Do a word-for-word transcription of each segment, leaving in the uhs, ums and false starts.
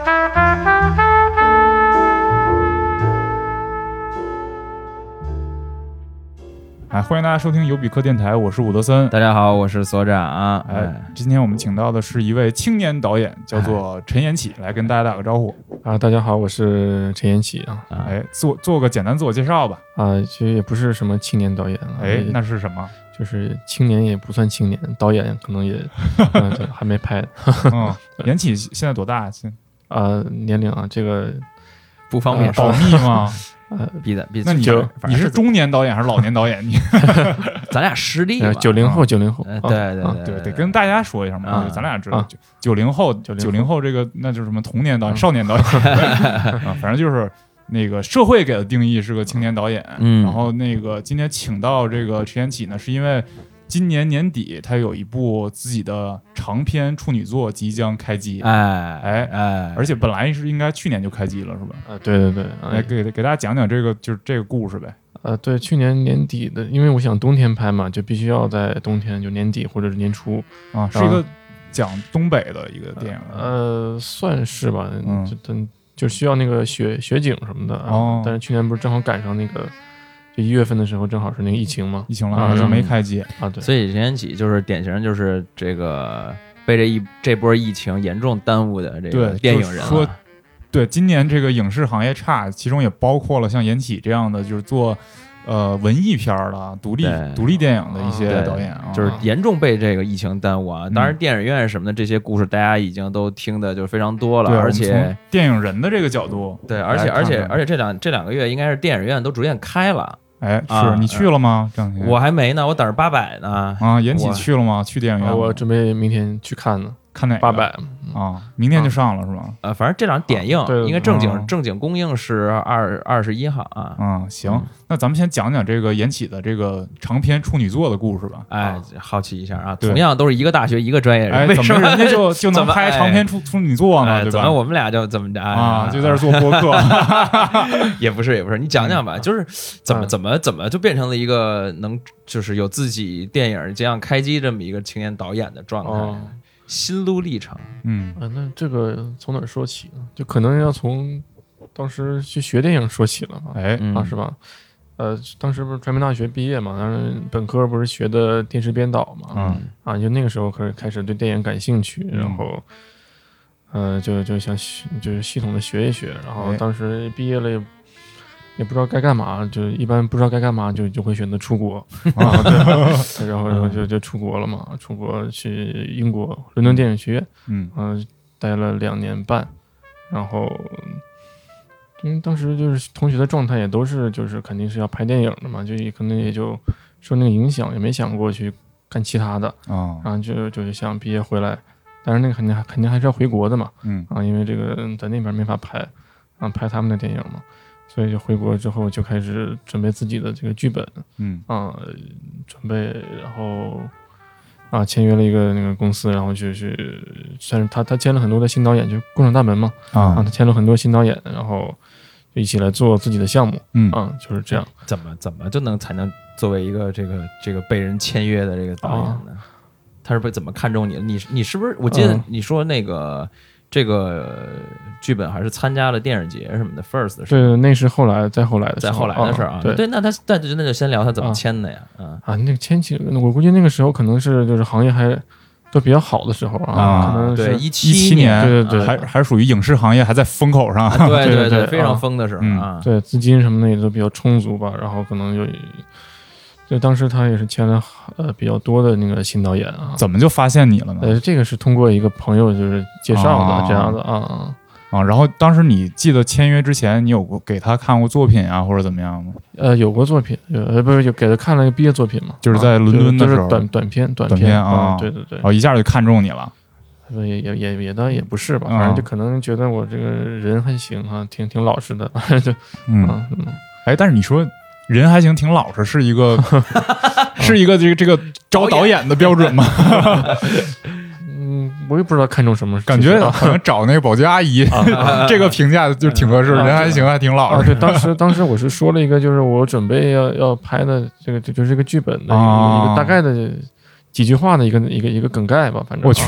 哎，欢迎大家收听尤比克电台，我是伍德森。 大家好，我是所长。 哎，今天我们请到的是一位青年导演，叫做陈延启，来跟大家打个招呼。 啊，大家好，我是陈延启啊。 哎，做做个简单自我介绍吧。 啊，其实也不是什么青年导演啊。 哎，那是什么？ 就是青年也不算青年，导演可能也嗯、对还没拍。 嗯，延启现在多大？ 啊，年龄啊，这个不方便保密吗？ 呃， 逼的逼的。 那你就你是中年导演还是老年导演？你咱俩师弟吧。 九零后，九零后。 对对对对，得跟大家说一下嘛， 啊、 咱俩知道九零后，九零后这个那就是什么童年导演、少年导演啊，反正就是那个社会给的定义是个青年导演。 嗯， 然后那个今天请到这个陈延启呢，是因为今年年底他有一部自己的长篇处女作即将开机。 哎哎哎， 而且本来是应该去年就开机了，是吧？ 啊，对对对， 来给给大家讲讲这个就是这个故事呗。 呃，对，去年年底的，因为我想冬天拍嘛，就必须要在冬天，就年底或者是年初啊，是一个讲东北的一个电影。 呃，算是吧， 嗯， 就等就需要那个雪雪景什么的。 哦， 但是去年不是正好赶上那个。就一月份的时候，正好是那个疫情嘛， 疫情了，就没开机啊。对， 所以陈延启就是典型，就是这个被这一这波疫情严重耽误的这个电影人、啊。 说，对，今年这个影视行业差，其中也包括了像延启这样的，就是做呃文艺片的、独立独立电影的一些导演啊， 就是严重被这个疫情耽误啊。当然，电影院什么的这些故事，大家已经都听的就是非常多了，而且电影人的这个角度， 对，而且而且而且这两这两个月应该是电影院都逐渐开了。 哎，是你去了吗？这两天我还没呢，我等着八百呢。 啊，延启去了吗？去电影院？ 我准备明天去看呢。 看哪个？ 八百啊，明天就上了是吧？ 呃，反正这两点映，应该正经、 啊、 正经公映是二二十一号啊。 嗯，行，嗯、那咱们先讲讲这个延启的这个长篇处女作的故事吧。 哎，好奇一下啊，同样都是一个大学一个专业人， 哎、 为什么人家就就能拍长篇处处女作呢？ 哎、 对吧？ 怎么我们俩就怎么着、哎、 啊？就在这做播客， 也不是也不是，你讲讲吧，就是怎么怎么怎么就变成了一个能就是有自己电影这样开机这么一个青年导演的状态。哦，心路历程。 嗯啊，那这个从哪儿说起呢？就可能要从当时去学电影说起了嘛。 哎， 啊，是吧？呃，当时不是传媒大学毕业嘛，当时本科不是学的电视编导嘛。 嗯啊，就那个时候开始开始对电影感兴趣， 嗯、 然后呃，就就想就是系统的学一学，然后当时毕业了也。也不知道该干嘛，就一般不知道该干嘛，就就会选择出国啊，对，然后然后就就出国了嘛，出国去英国伦敦电影学院， 嗯嗯、呃，待了两年半，然后因为当时就是同学的状态也都是就是肯定是要拍电影的嘛，就可能也就受那个影响，也没想过去干其他的啊， 然后就就是想毕业回来，但是那个肯定肯定还是要回国的嘛， 嗯啊，因为这个在那边没法拍，啊，拍他们的电影嘛。所以就回国之后就开始准备自己的这个剧本， 嗯啊，准备，然后啊签约了一个那个公司，然后就去，算是他他签了很多的新导演，就工厂大门嘛，啊，他签了很多新导演，然后就一起来做自己的项目， 嗯啊，就是这样。 怎么怎么就能才能作为一个这个这个被人签约的这个导演呢？啊、他是被怎么看中你？你你是不是？我记得你说那个。嗯这个剧本还是参加了电影节什么的 ，First 的事。 对，那是后来，再后来的， 再后来的事啊。 对对，那他那就那就先聊他怎么签的呀？ 啊啊，那个签起，我估计那个时候可能是就是行业还都比较好的时候啊， 啊可能对一七年， 对对对， 还还属于影视行业还在风口上， 啊、对对对， 非常疯的时候啊。 对，资金什么的也都比较充足吧，然后可能就。就当时他也是签了呃比较多的那个新导演啊， 怎么就发现你了呢？ 呃，这个是通过一个朋友就是介绍的、 哦、 这样的啊啊。然后当时你记得签约之前，你有过给他看过作品啊，或者怎么样吗？ 呃，有过作品，呃，不是有给他看了一个毕业作品嘛， 就是在伦敦的时候， 就是短短片短片, 片啊、 哦，对对对， 然后一下就看中你了。 也也也也倒也不是吧，反正就可能觉得我这个人还行啊，挺挺老实的，反正就嗯嗯，哎，但是你说。人还行，挺老实，是一个是一个这个这个招导演的标准吗？ 嗯，我也不知道看中什么， 感觉好像找那个保洁阿姨，啊、这个评价就挺合适。啊、人还行，还挺老实。 啊、对，当时当时我是说了一个，就是我准备要要拍的这个，就是这个剧本的一个、啊、一个大概的几句话的一个一个一个梗概吧，反正我去。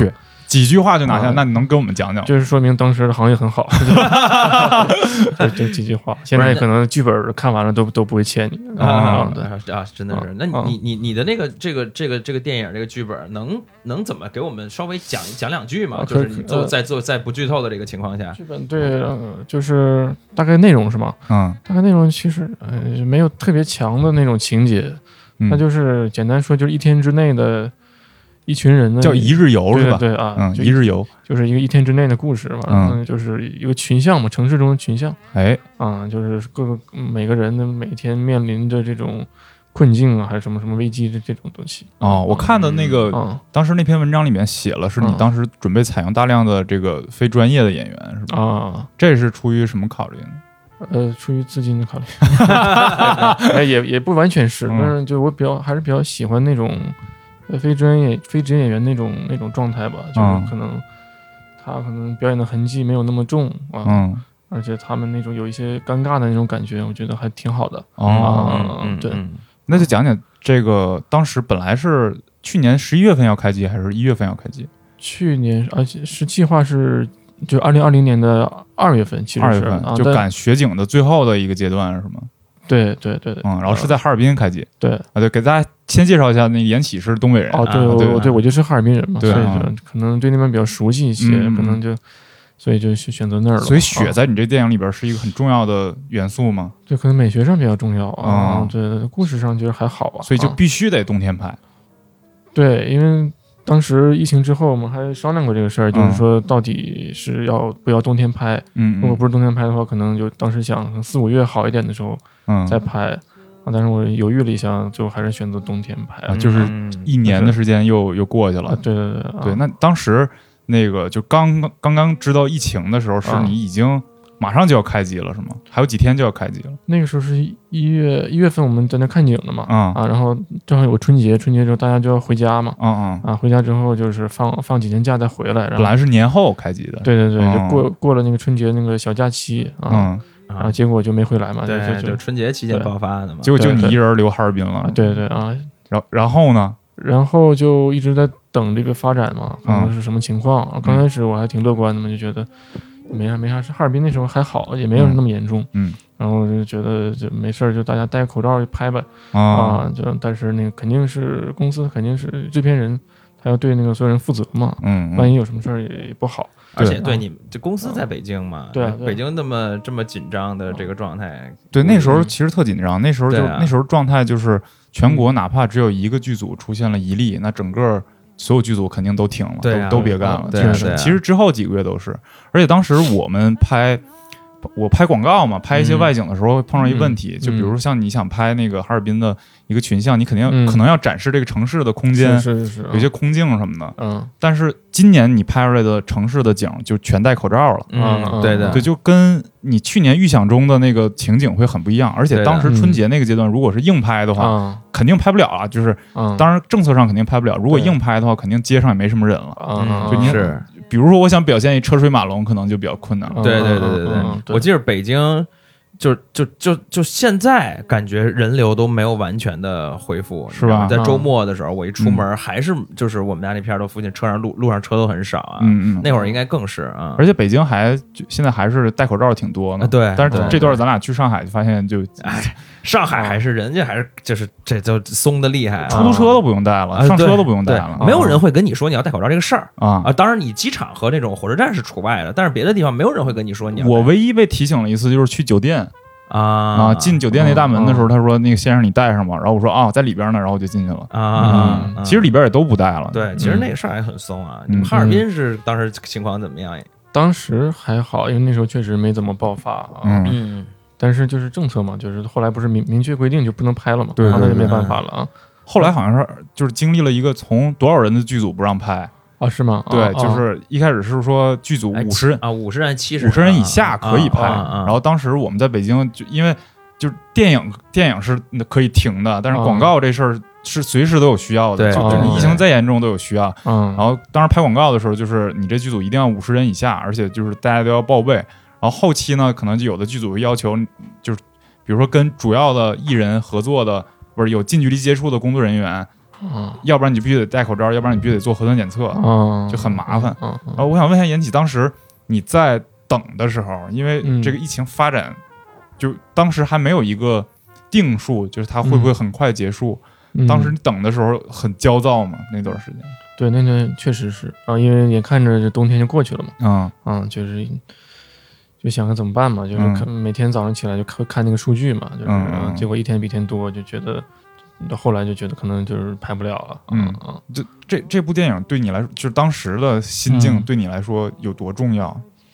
几句话就拿下， 啊、 那你能跟我们讲讲？ 就是说明当时的行业很好，就就几句话。现在可能剧本看完了都都不会签你啊啊啊！真的是，那你你你的那个这个这个这个电影这个剧本能能怎么给我们稍微讲讲两句吗？ 啊、 就是你做在做在不剧透的这个情况下， 剧本对，呃，就是大概内容是吗？ 嗯， 大概内容其实呃没有特别强的那种情节， 嗯、 那就是简单说就是一天之内的。一群人的叫一日游是吧？ 对, 对啊， 嗯，一日游就是一个一天之内的故事嘛，嗯，就是一个群像嘛，城市中的群像， 哎， 啊，就是各个每个人的每天面临的这种困境啊，还是什么什么危机的这种东西。 哦，我看的那个， 嗯、 当时那篇文章里面写了，是你当时准备采用大量的这个非专业的演员，是吧？ 啊， 这是出于什么考虑呢？ 呃，出于资金的考虑，哎，也也不完全是，但是就我比较还是比较喜欢那种。非专业、非职业演员那种那种状态吧，就是可能他可能表演的痕迹没有那么重啊， 嗯， 而且他们那种有一些尴尬的那种感觉，我觉得还挺好的。 哦， 嗯，对， 那就讲讲这个，当时本来是去年十一月份要开机，还是一月份要开机？ 去年而且是计划是就二零二零年的二月份，其实是二月份、啊、就赶雪景的最后的一个阶段是吗？ 对对对对， 嗯，然后是在哈尔滨开机。 对啊，对，给大家先介绍一下，那个严启是东北人。 哦，对， 啊、 对我对我就是哈尔滨人嘛， 对所以就可能对那边比较熟悉一些， 嗯、 可能就所以就选择那儿了。 所以雪在你这电影里边是一个很重要的元素吗？ 对，可能美学上比较重要啊， 嗯、 对，故事上觉得还好啊， 所以就必须得冬天拍。 对，因为当时疫情之后，我们还商量过这个事儿， 嗯、 就是说到底是要不要冬天拍？ 嗯， 如果不是冬天拍的话，可能就当时想四五月好一点的时候再拍。嗯啊，但是我犹豫了一下，就还是选择冬天拍， 啊、就是一年的时间又、嗯、又过去了。 啊、对对对， 对。那当时那个就刚刚刚知道疫情的时候，是你已经马上就要开机了，是吗？还有几天就要开机了。 那个时候是一月一月份，我们在那看景的嘛， 啊、 嗯、啊，然后正好有个春节，春节之后大家就要回家嘛， 啊啊啊，回家之后就是放放几天假再回来。然后本来是年后开机的， 对对对， 嗯、 就过过了那个春节那个小假期啊。 嗯然后结果就没回来嘛， 对， 就就春节期间爆发的嘛。 结果就你一人留哈尔滨了， 对对啊。 然然后呢？ 然后就一直在等这个发展嘛，可能是什么情况。嗯、刚开始我还挺乐观的嘛，就觉得没啥没啥事。哈尔滨那时候还好，也没有那么严重。 嗯。 然后就觉得就没事，就大家戴口罩拍吧。 啊, 啊。就但是那个肯定是公司肯定是制片人，他要对那个所有人负责嘛。 嗯。 万一有什么事儿也不好。 而且对你这公司在北京嘛， 对， 北京那么这么紧张的这个状态， 对，那时候其实特紧张，那时候就那时候状态就是全国哪怕只有一个剧组出现了一例，那整个所有剧组肯定都停了，都都别干了。 对， 其实之后几个月都是，而且当时我们拍。我拍广告嘛，拍一些外景的时候碰上一问题，就比如说像你想拍那个哈尔滨的一个群像，你肯定可能要展示这个城市的空间， 是是是， 有些空镜什么的。 嗯， 但是今年你拍出来的城市的景就全戴口罩了。 嗯，对的， 对，就跟你去年预想中的那个情景会很不一样。而且当时春节那个阶段，如果是硬拍的话，肯定拍不了啊。就是当然政策上肯定拍不了，如果硬拍的话，肯定街上也没什么人了。 嗯， 就你是。 比如说，我想表现一车水马龙，可能就比较困难了。 对对对对对，我记得北京就就就就现在感觉人流都没有完全的恢复， 是吧？ 在周末的时候，我一出门还是就是我们家那片儿都附近车上路路上车都很少啊。 嗯嗯， 那会儿应该更是啊。 而且北京还现在还是戴口罩挺多的。 对， 但是这段咱俩去上海就发现就， 哎，上海还是人家还是就是这就松的厉害， 出租车都不用戴了，上车都不用戴了， 没有人会跟你说你要戴口罩这个事儿啊啊。当然，你机场和那种火车站是除外的，但是别的地方没有人会跟你说你要。 我唯一被提醒了一次，就是去酒店。 啊啊！进酒店那大门的时候，他说：“那个先生，你带上吧。”然后我说：“啊，在里边呢。”然后我就进去了。 啊， 嗯、其实里边也都不带了。 对，其实那个上海很松啊。你们哈尔滨是当时情况怎么样？ 当时还好，因为那时候确实没怎么爆发啊。 嗯， 但是就是政策嘛，就是后来不是明明确规定就不能拍了嘛， 对， 那就没办法了啊。 后来好像是就是经历了一个从多少人的剧组不让拍。 啊，是吗？ 对，啊、就是一开始是说剧组五十人啊，五十人、七十五十人以下可以拍。 啊啊啊、 然后当时我们在北京，就因为就是电影电影是可以停的，但是广告这事儿是随时都有需要的。 对， 就就你疫情再严重都有需要。 嗯。 然后当时拍广告的时候，就是你这剧组一定要五十人以下，而且就是大家都要报备。然后后期呢，可能就有的剧组会要求，就是比如说跟主要的艺人合作的，不是有近距离接触的工作人员。 嗯， 要不然你必须得戴口罩，要不然你必须得做核酸检测， 嗯， 就很麻烦。 嗯， 然后我想问一下延启，当时你在等的时候，因为这个疫情发展，就当时还没有一个定数，就是它会不会很快结束？ 嗯、 当时你等的时候很焦躁嘛？那段时间， 对，那段确实是啊，因为眼看着这冬天就过去了嘛， 嗯嗯，就是就想着怎么办嘛，就是看、嗯、每天早上起来就看看那个数据嘛，就是、 嗯嗯、 结果一天比一天多，就觉得后来就觉得可能就是拍不了了。嗯嗯，这这这部电影对你来说，就是当时的心境对你来说有多重要？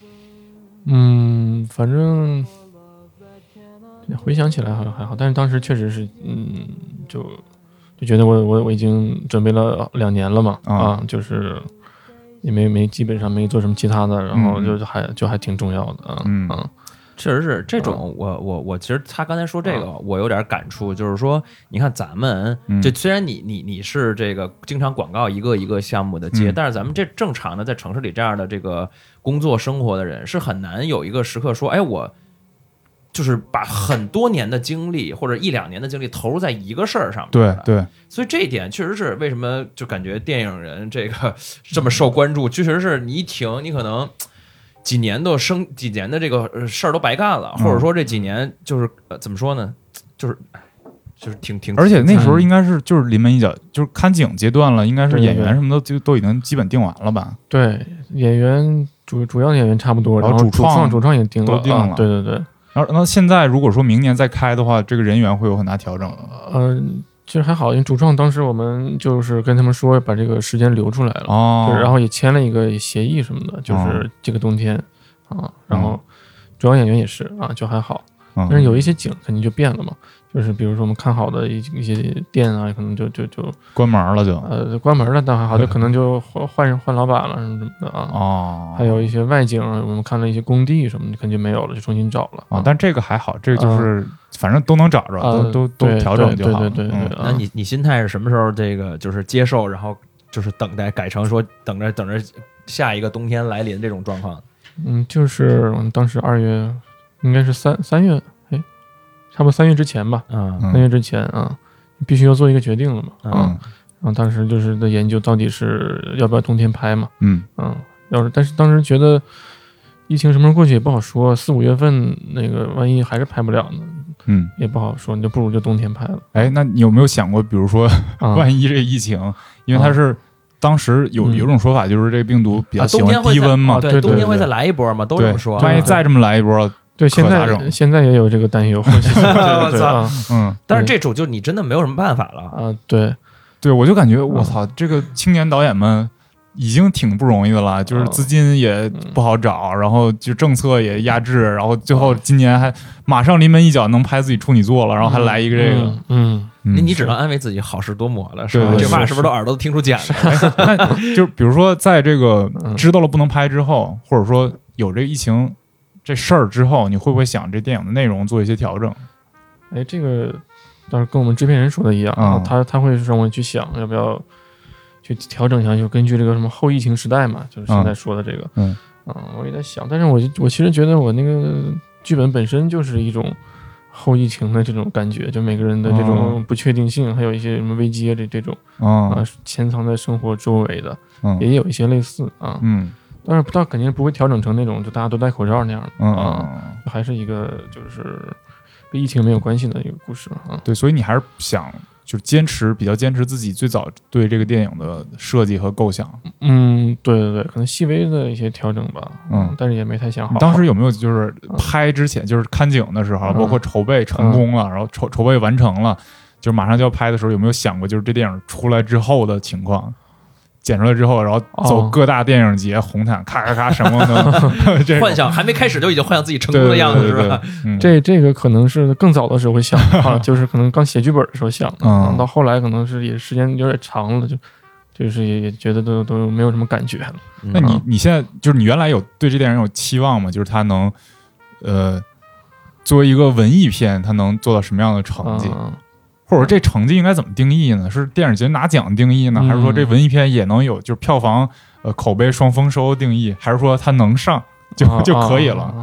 嗯，反正回想起来好像还好，但是当时确实是，嗯，就就觉得我我我已经准备了两年了嘛，啊，啊就是也没没基本上没做什么其他的，然后就还、嗯、就还挺重要的啊， 嗯。 啊确实是这种，我我我其实他刚才说这个，我有点感触，就是说，你看咱们就虽然你你你是这个经常广告一个一个项目的接，但是咱们这正常的在城市里这样的这个工作生活的人，是很难有一个时刻说，哎，我就是把很多年的精力或者一两年的精力投入在一个事儿上面。 对对， 所以这一点确实是为什么就感觉电影人这个这么受关注，确实是你一停，你可能。几年都生几年的这个事儿都白干了，或者说这几年就是、呃、怎么说呢，就是就是挺挺， 而且那时候应该是就是临门一脚，就是看景阶段了，应该是演员什么的就都已经基本定完了吧？ 对，演员主主要演员差不多，然后主创主创也定了， 都定了、 啊。对对对。 然后那现在如果说明年再开的话，这个人员会有很大调整。 嗯、呃。其实还好，因为主创当时我们就是跟他们说把这个时间留出来了， 哦， 对，然后也签了一个协议什么的，就是这个冬天、哦、啊，然后主要演员也是啊，就还好， 嗯、 但是有一些景肯定就变了嘛，就是比如说我们看好的一一些店啊，可能就就就关门了就， 呃，关门了，但还好，就可能就换换换老板了什么什么的啊， 哦， 还有一些外景，我们看了一些工地什么的，肯定没有了，就重新找了啊，但这个还好，这个就是。嗯反正都能找着， 呃、 都都都调整就好了。 对对对对对、嗯。 那你你心态是什么时候这个就是接受，然后就是等待改成说等着等着下一个冬天来临这种状况？ 嗯，就是我们当时二月，应该是三三月，哎，差不多三月之前吧。 嗯， 三月之前啊，必须要做一个决定了嘛。 嗯。 啊、然后当时就是在研究到底是要不要冬天拍嘛。 嗯嗯，要是但是当时觉得疫情什么时候过去也不好说，四五月份那个万一还是拍不了呢。 嗯， 也不好说，你就不如就冬天拍了。 哎，那你有没有想过，比如说，啊、万一这个疫情，因为它是、啊、当时有有种说法，就是这个病毒比较喜欢低温嘛， 啊、对， 对对对冬天会再来一波嘛，都这么说。 万一再这么来一波， 对，现在现在也有这个担忧。我操，嗯，但是这种就你真的没有什么办法了啊。对， 对，我就感觉我操，这个青年导演们。已经挺不容易的了，就是资金也不好找，然后就政策也压制，然后最后今年还马上临门一脚能拍自己处女作了，然后还来一个这个， 嗯， 你你只能安慰自己好事多磨了，是吧？这话是不是都耳朵都听出茧了？ 那就比如说在这个知道了不能拍之后，或者说有这个疫情这事儿之后，你会不会想这电影的内容做一些调整？ 哎，这个倒是跟我们制片人说的一样， 嗯、 他他会让我去想要不要。去调整一下，就根据这个什么后疫情时代嘛，就是现在说的这个， 嗯， 嗯，我也在想，但是我我其实觉得我那个剧本本身就是一种后疫情的这种感觉，就每个人的这种不确定性，哦、还有一些什么危机这这种， 啊、 呃，潜藏在生活周围的， 嗯、 也有一些类似啊， 嗯， 但是不到肯定不会调整成那种就大家都戴口罩那样的， 嗯啊，还是一个就是跟疫情没有关系的一个故事啊， 对，所以你还是想。就坚持比较坚持自己最早对这个电影的设计和构想， 嗯，对对对，可能细微的一些调整吧， 嗯， 但是也没太想好。 你当时有没有就是拍之前，就是看景的时候， 嗯、 包括筹备成功了，嗯、然后筹筹备完成了，就是马上就要拍的时候，有没有想过就是这电影出来之后的情况？剪出来之后，然后走各大电影节、哦、红毯，咔咔咔什么的， 幻想还没开始就已经幻想自己成功的样子， 对对对对是吧？ 嗯、 这这个可能是更早的时候会想啊，就是可能刚写剧本的时候想， 嗯， 到后来可能是也时间有点长了，就就是也也觉得都都没有什么感觉了。 嗯、那你你现在就是你原来有对这电影有期望吗？就是它能呃作为一个文艺片，它能做到什么样的成绩？ 嗯或者这成绩应该怎么定义呢？是电影节拿奖定义呢，还是说这文艺片也能有就是票房呃口碑双丰收定义，还是说它能上就就可以了？ 啊啊啊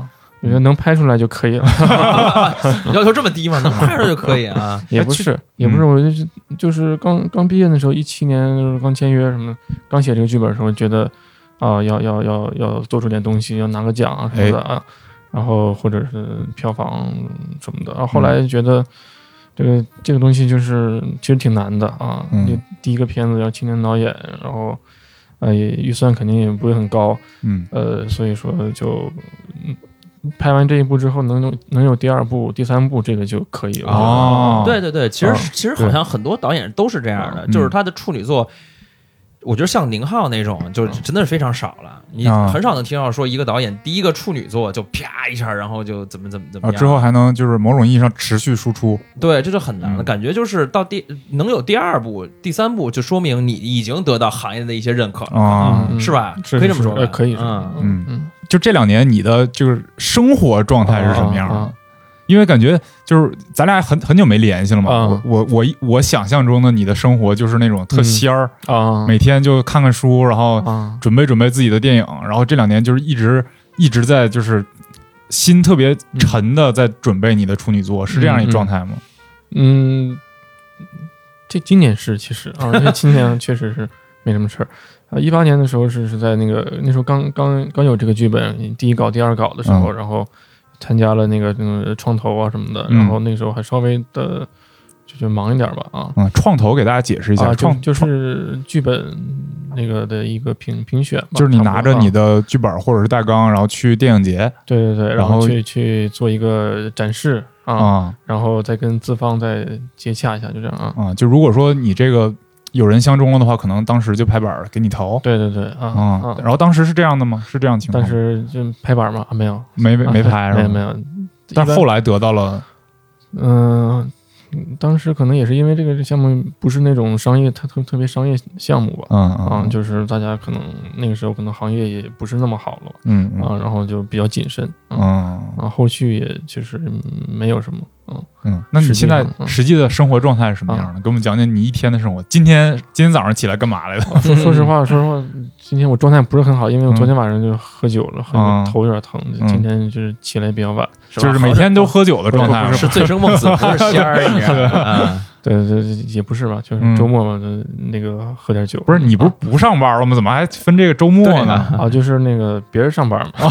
我觉得能拍出来就可以了。 要求这么低吗？能拍出来就可以啊？ 也不是，也不是，我就是就是刚刚毕业的时候，一七年刚签约什么的，刚写这个剧本的时候，觉得啊、呃，要要要要做出点东西，要拿个奖啊什么的啊，然后或者是票房什么的。然后后来觉得这个这个东西就是其实挺难的啊， 嗯、 就第一个片子要青年导演，然后。呃，也预算肯定也不会很高， 嗯， 呃，所以说就，嗯，拍完这一部之后，能有能有第二部、第三部，这个就可以了。 哦， 对对对，其实、哦、其实好像很多导演都是这样的，就是他的处女作。我觉得像宁浩那种，就真的是非常少了。你很少能听到说一个导演第一个处女作就啪一下，然后就怎么怎么怎么样， 之后还能就是某种意义上持续输出。 对，这就很难的、嗯、感觉，就是到第能有第二部、第三部，就说明你已经得到行业的一些认可了， 啊、 嗯，是吧？ 是可以这么说吧？ 可以， 嗯嗯嗯。就这两年你的就是生活状态是什么样的？啊啊因为感觉就是咱俩很很久没联系了嘛，啊、我我我想象中的你的生活就是那种特仙儿、 嗯、啊， 每天就看看书，然后准备准备自己的电影，然后这两年就是一直一直在就是心特别沉的在准备你的处女作，嗯、是这样一状态吗？ 嗯，这今年是其实啊，这今年确实是没什么事儿。啊，一八年的时候是是在那个那时候刚刚刚有这个剧本，第一稿、第二稿的时候，嗯、然后。参加了那个那个创投啊什么的，然后那时候还稍微的就就忙一点吧啊。 嗯，创投给大家解释一下， 啊、 创就就是剧本那个的一个评评选， 就是你拿着你的剧本或者是大纲，然后去电影节， 对对对， 然后去去做一个展示啊，啊然后再跟资方再接洽一下，就这样啊。 啊，就如果说你这个。有人相中了的话，可能当时就拍板给你投。 对对对啊、 嗯、啊！然后当时是这样的吗？是这样情况？ 但是就拍板吗？啊、没有， 没没没拍， 没有没有。 但后来得到了， 嗯、呃，当时可能也是因为这个项目不是那种商业特特特别商业项目吧， 嗯嗯、 啊，就是大家可能那个时候可能行业也不是那么好了， 嗯啊，然后就比较谨慎， 嗯， 啊，后续也就是没有什么。 嗯嗯，那你现在实际的生活状态是什么样的？嗯、给我们讲讲你一天的生活。今天今天早上起来干嘛来的？ 说说实话，说实话，今天我状态不是很好，因为我昨天晚上就喝酒了，喝、嗯、头有点疼。嗯、今天就是起来比较晚， 是就是每天都喝酒的状态， 是醉生梦死，不是仙儿一样。啊， 对对，也不是吧，就是周末嘛，嗯、那个喝点酒。 不是你不是不上班了吗？怎么还分这个周末呢？ 啊，就是那个别人上班嘛。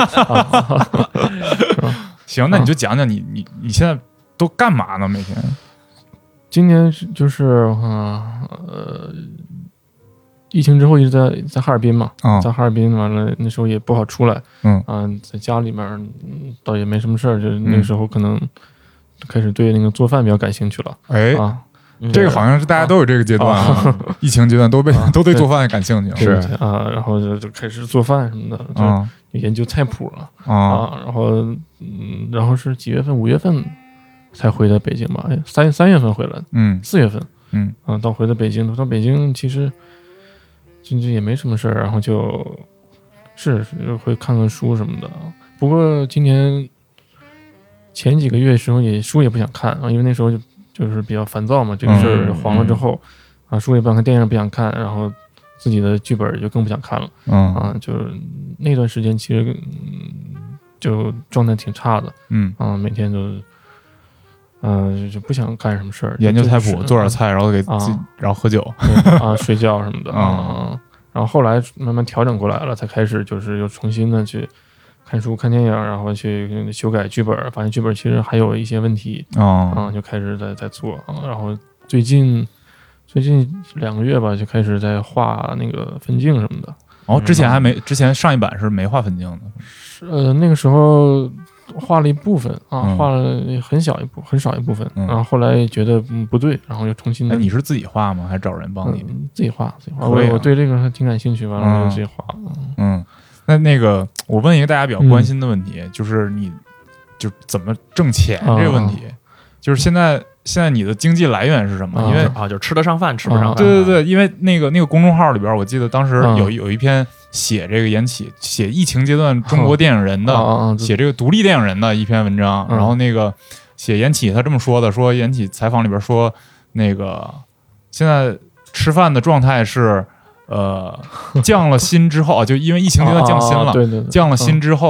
行，那你就讲讲你你你现在。都干嘛呢？每天？ 今年就是啊呃，疫情之后一直在在哈尔滨嘛， 哦、 在哈尔滨完了那时候也不好出来， 嗯啊、呃，在家里面、嗯、倒也没什么事儿，就那时候可能开始对那个做饭比较感兴趣了。 哎啊， 这个好像是大家都有这个阶段，啊、疫情阶段都被、啊、都对做饭感兴趣， 是啊，然后就就开始做饭什么的， 啊， 就研究菜谱了啊， 啊，然后嗯，然后是几月份？五月份。才回的北京吧，哎，三三月份回来的， 嗯， 四月份， 嗯， 啊，到回的北京，到北京其实，就就也没什么事儿，然后就是会看看书什么的。不过今年前几个月的时候也书也不想看啊，因为那时候就就是比较烦躁嘛，这个事儿黄了之后，嗯、啊，书也不想看，电影也不想看，然后自己的剧本就更不想看了， 嗯啊，就是那段时间其实、嗯、就状态挺差的， 嗯啊，每天都。嗯、呃，就不想干什么事儿， 研究菜谱，做点菜，然后给自己， 啊、 然后喝酒啊，睡觉什么的啊、嗯。然后后来慢慢调整过来了，才开始就是又重新的去看书、看电影，然后去修改剧本，发现剧本其实还有一些问题啊、 哦嗯，就开始在在做啊。然后最近最近两个月吧，就开始在画那个分镜什么的。 哦，之前还没，之前上一版是没画分镜的。 是呃，那个时候。画了一部分啊，画了很小一部，很少一部分。 嗯、 然后后来觉得嗯不对，然后又重新。 哎，你是自己画吗？还是找人帮你？ 嗯、自己画，自己画。 啊、 我我对这个还挺感兴趣，完了就自己画。 嗯，那那个，我问一个大家比较关心的问题，嗯、就是你就怎么挣钱这个问题，啊、就是现在现在你的经济来源是什么？ 啊、 因为啊，就吃得上饭，吃不上饭。 对对对，因为那个那个公众号里边，我记得当时有、啊、有一篇。写这个延启写疫情阶段中国电影人的、 哦、 写这个独立电影人的一篇文章， 嗯、 然后那个写延启他这么说的，说延启采访里边说那个现在吃饭的状态是呃降了薪之后啊，就因为疫情阶段降薪了， 哦、对对对降了薪之后、嗯、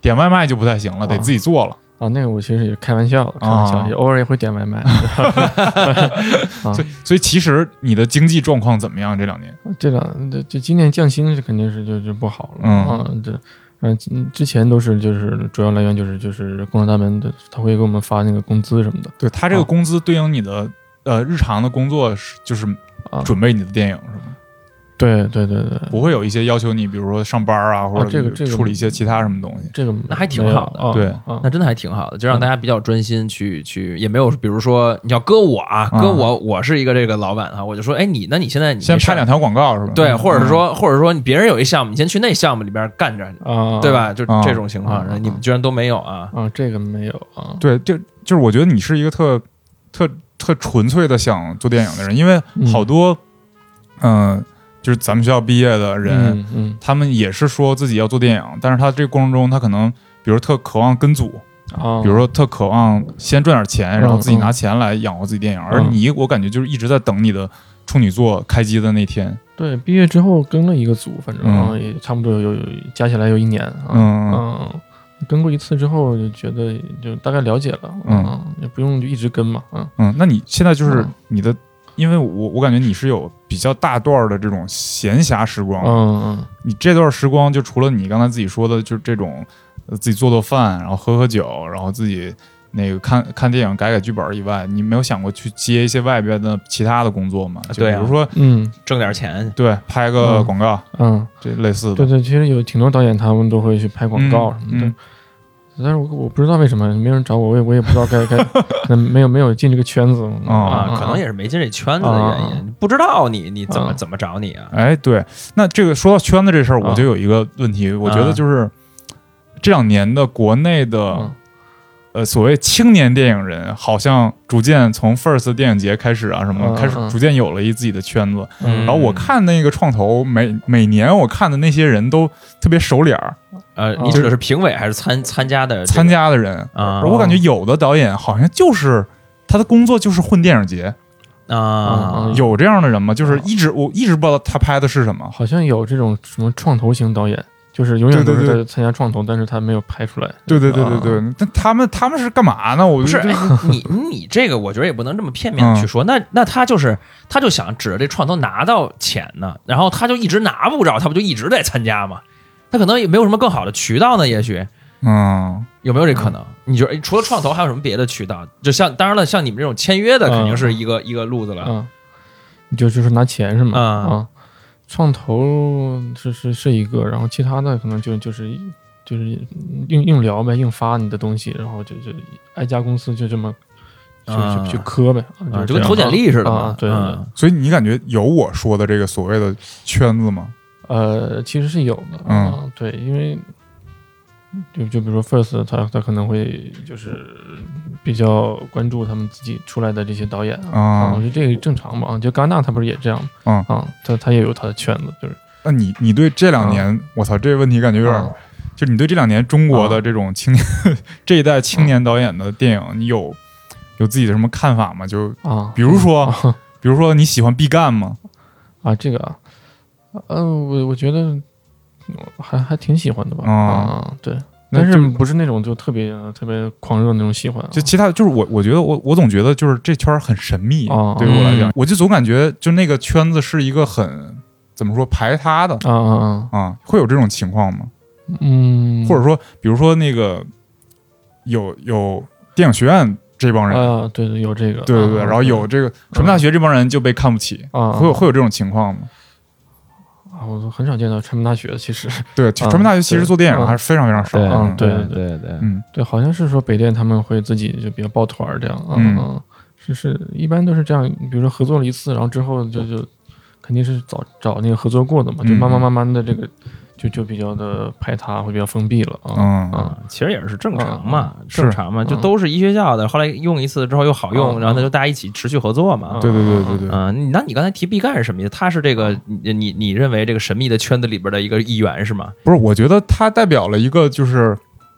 点外卖就不太行了，得自己做了。 啊，那个我其实也开玩笑的，开玩笑，也偶尔也会点外卖。 所以，所以其实你的经济状况怎么样？这两年？ 这两这这今年降薪是肯定是就就不好了。 嗯啊，这嗯之前都是就是主要来源就是就是工作大门的，他会给我们发那个工资什么的。 对他这个工资对应你的、啊、呃日常的工作是就是准备你的电影是吗？ 对对对对， 不会有一些要求你，比如说上班啊，或者这个这个处理一些其他什么东西。 这个那还挺好的， 哦、 对、 哦， 那真的还挺好的，就让大家比较专心去去，也没有比如说你要搁我啊，搁我，我是一个这个老板啊，我就说，哎，你那你现在你先拍两条广告是吧？ 对，或者是说，嗯、或者说别人有一项目，你先去那项目里边干着啊， 对吧？就这种情况， 啊、 你们居然都没有啊？ 啊，这个没有啊。 对，就就是我觉得你是一个特特特纯粹的想做电影的人，因为好多嗯。呃就是咱们学校毕业的人、 嗯嗯， 他们也是说自己要做电影，但是他这个过程中，他可能比如特渴望跟组， 哦、 比如说特渴望先赚点钱， 嗯、 然后自己拿钱来养活自己电影。 嗯、 而你，我感觉就是一直在等你的处女作开机的那天。 对，毕业之后跟了一个组，反正、 嗯、 也差不多有有加起来有一年。啊、 嗯嗯，跟过一次之后就觉得就大概了解了，嗯，也不用就一直跟嘛，嗯嗯。那你现在就是你的。因为我我感觉你是有比较大段的这种闲暇时光， 嗯嗯， 你这段时光就除了你刚才自己说的，就是这种、呃、自己做做饭，然后喝喝酒，然后自己那个看看电影、改改剧本以外，你没有想过去接一些外边的其他的工作吗？就比如说， 嗯， 挣点钱， 对，拍个广告， 嗯， 这类似的。 对对，其实有挺多导演他们都会去拍广告什么的。 嗯嗯但是我我不知道为什么没人找我，我也我也不知道该该，可能没有没有进这个圈子啊、 啊，可能也是没进这圈子的原因，啊、不知道你你怎么、啊、怎么找你啊？ 哎，对，那这个说到圈子这事儿，我就有一个问题，啊、我觉得就是这两年的国内的、啊、呃所谓青年电影人，好像逐渐从 First 电影节开始啊什么、 啊、 开始逐渐有了一自己的圈子。 嗯、 然后我看那个创投，每每年我看的那些人都特别熟脸儿。 呃，你指的是评委还是参参加的、这个、 参加的人啊？ 我感觉有的导演好像就是他的工作就是混电影节啊， 有这样的人吗？就是一直我一直不知道他拍的是什么。 好像有这种什么创投型导演，就是永远都是在参加创投，但是他没有拍出来。 对对对对对，但他们他们是干嘛呢？我不是、哎、你你这个，我觉得也不能这么片面的去说。嗯、那那他就是他就想指着这创投拿到钱呢，然后他就一直拿不着，他不就一直在参加吗？他可能也没有什么更好的渠道呢，也许， 嗯， 有没有这可能？你觉得除了创投还有什么别的渠道？就像当然了，像你们这种签约的，肯定是一个、嗯、一个路子了。 嗯，你就就是拿钱是吗？ 啊、 嗯嗯，创投是是是一个，然后其他的可能就就是就是硬硬聊呗，硬发你的东西，然后就就挨家公司就这么去、啊、去去磕呗， 啊、就跟投简历似的嘛。 啊、对、 嗯， 所以你感觉有我说的这个所谓的圈子吗？ 呃，其实是有的，嗯、呃，对，因为就就比如说 First， 他他可能会就是比较关注他们自己出来的这些导演啊，我觉得这个正常嘛，就戛纳他不是也这样吗？啊、嗯，他他也有他的圈子，就是。 那你你对这两年，嗯、我操，这个问题感觉有点，嗯、就是你对这两年中国的这种青年、嗯、这一代青年导演的电影，你有有自己的什么看法吗？就啊，比如说， 啊、 比如说你喜欢毕赣吗？ 啊，这个啊。嗯、呃，我我觉得还还挺喜欢的吧，啊、嗯，对，但是不是那种就特别特别狂热那种喜欢、啊， 就其他就是我我觉得我我总觉得就是这圈很神秘， 啊、 对于我来讲、 嗯， 我就总感觉就那个圈子是一个很怎么说排他的， 啊啊啊，会有这种情况吗？ 嗯， 或者说比如说那个有有电影学院这帮人啊，对对，有这个， 对对对，啊、然后有这个传媒大学这帮人就被看不起， 啊， 会有会有这种情况吗？ 我很少见到传媒大学的，其实对传媒大学其实做电影还是非常非常少的。 嗯，对对对对， 嗯， 对，好像是说北电他们会自己就比较抱团这样，嗯嗯，是是，一般都是这样，比如说合作了一次，然后之后就就肯定是找找那个合作过的嘛，就慢慢慢慢的这个就就比较的排他，会比较封闭了啊。 嗯嗯，其实也是正常嘛，正常嘛，就都是医学校的，后来用一次之后又好用，然后那就大家一起持续合作嘛。 对对对对对。 嗯，那你刚才提毕赣是什么意思？他是这个你你你认为这个神秘的圈子里边的一个一员是吗？ 不是，我觉得他代表了一个就是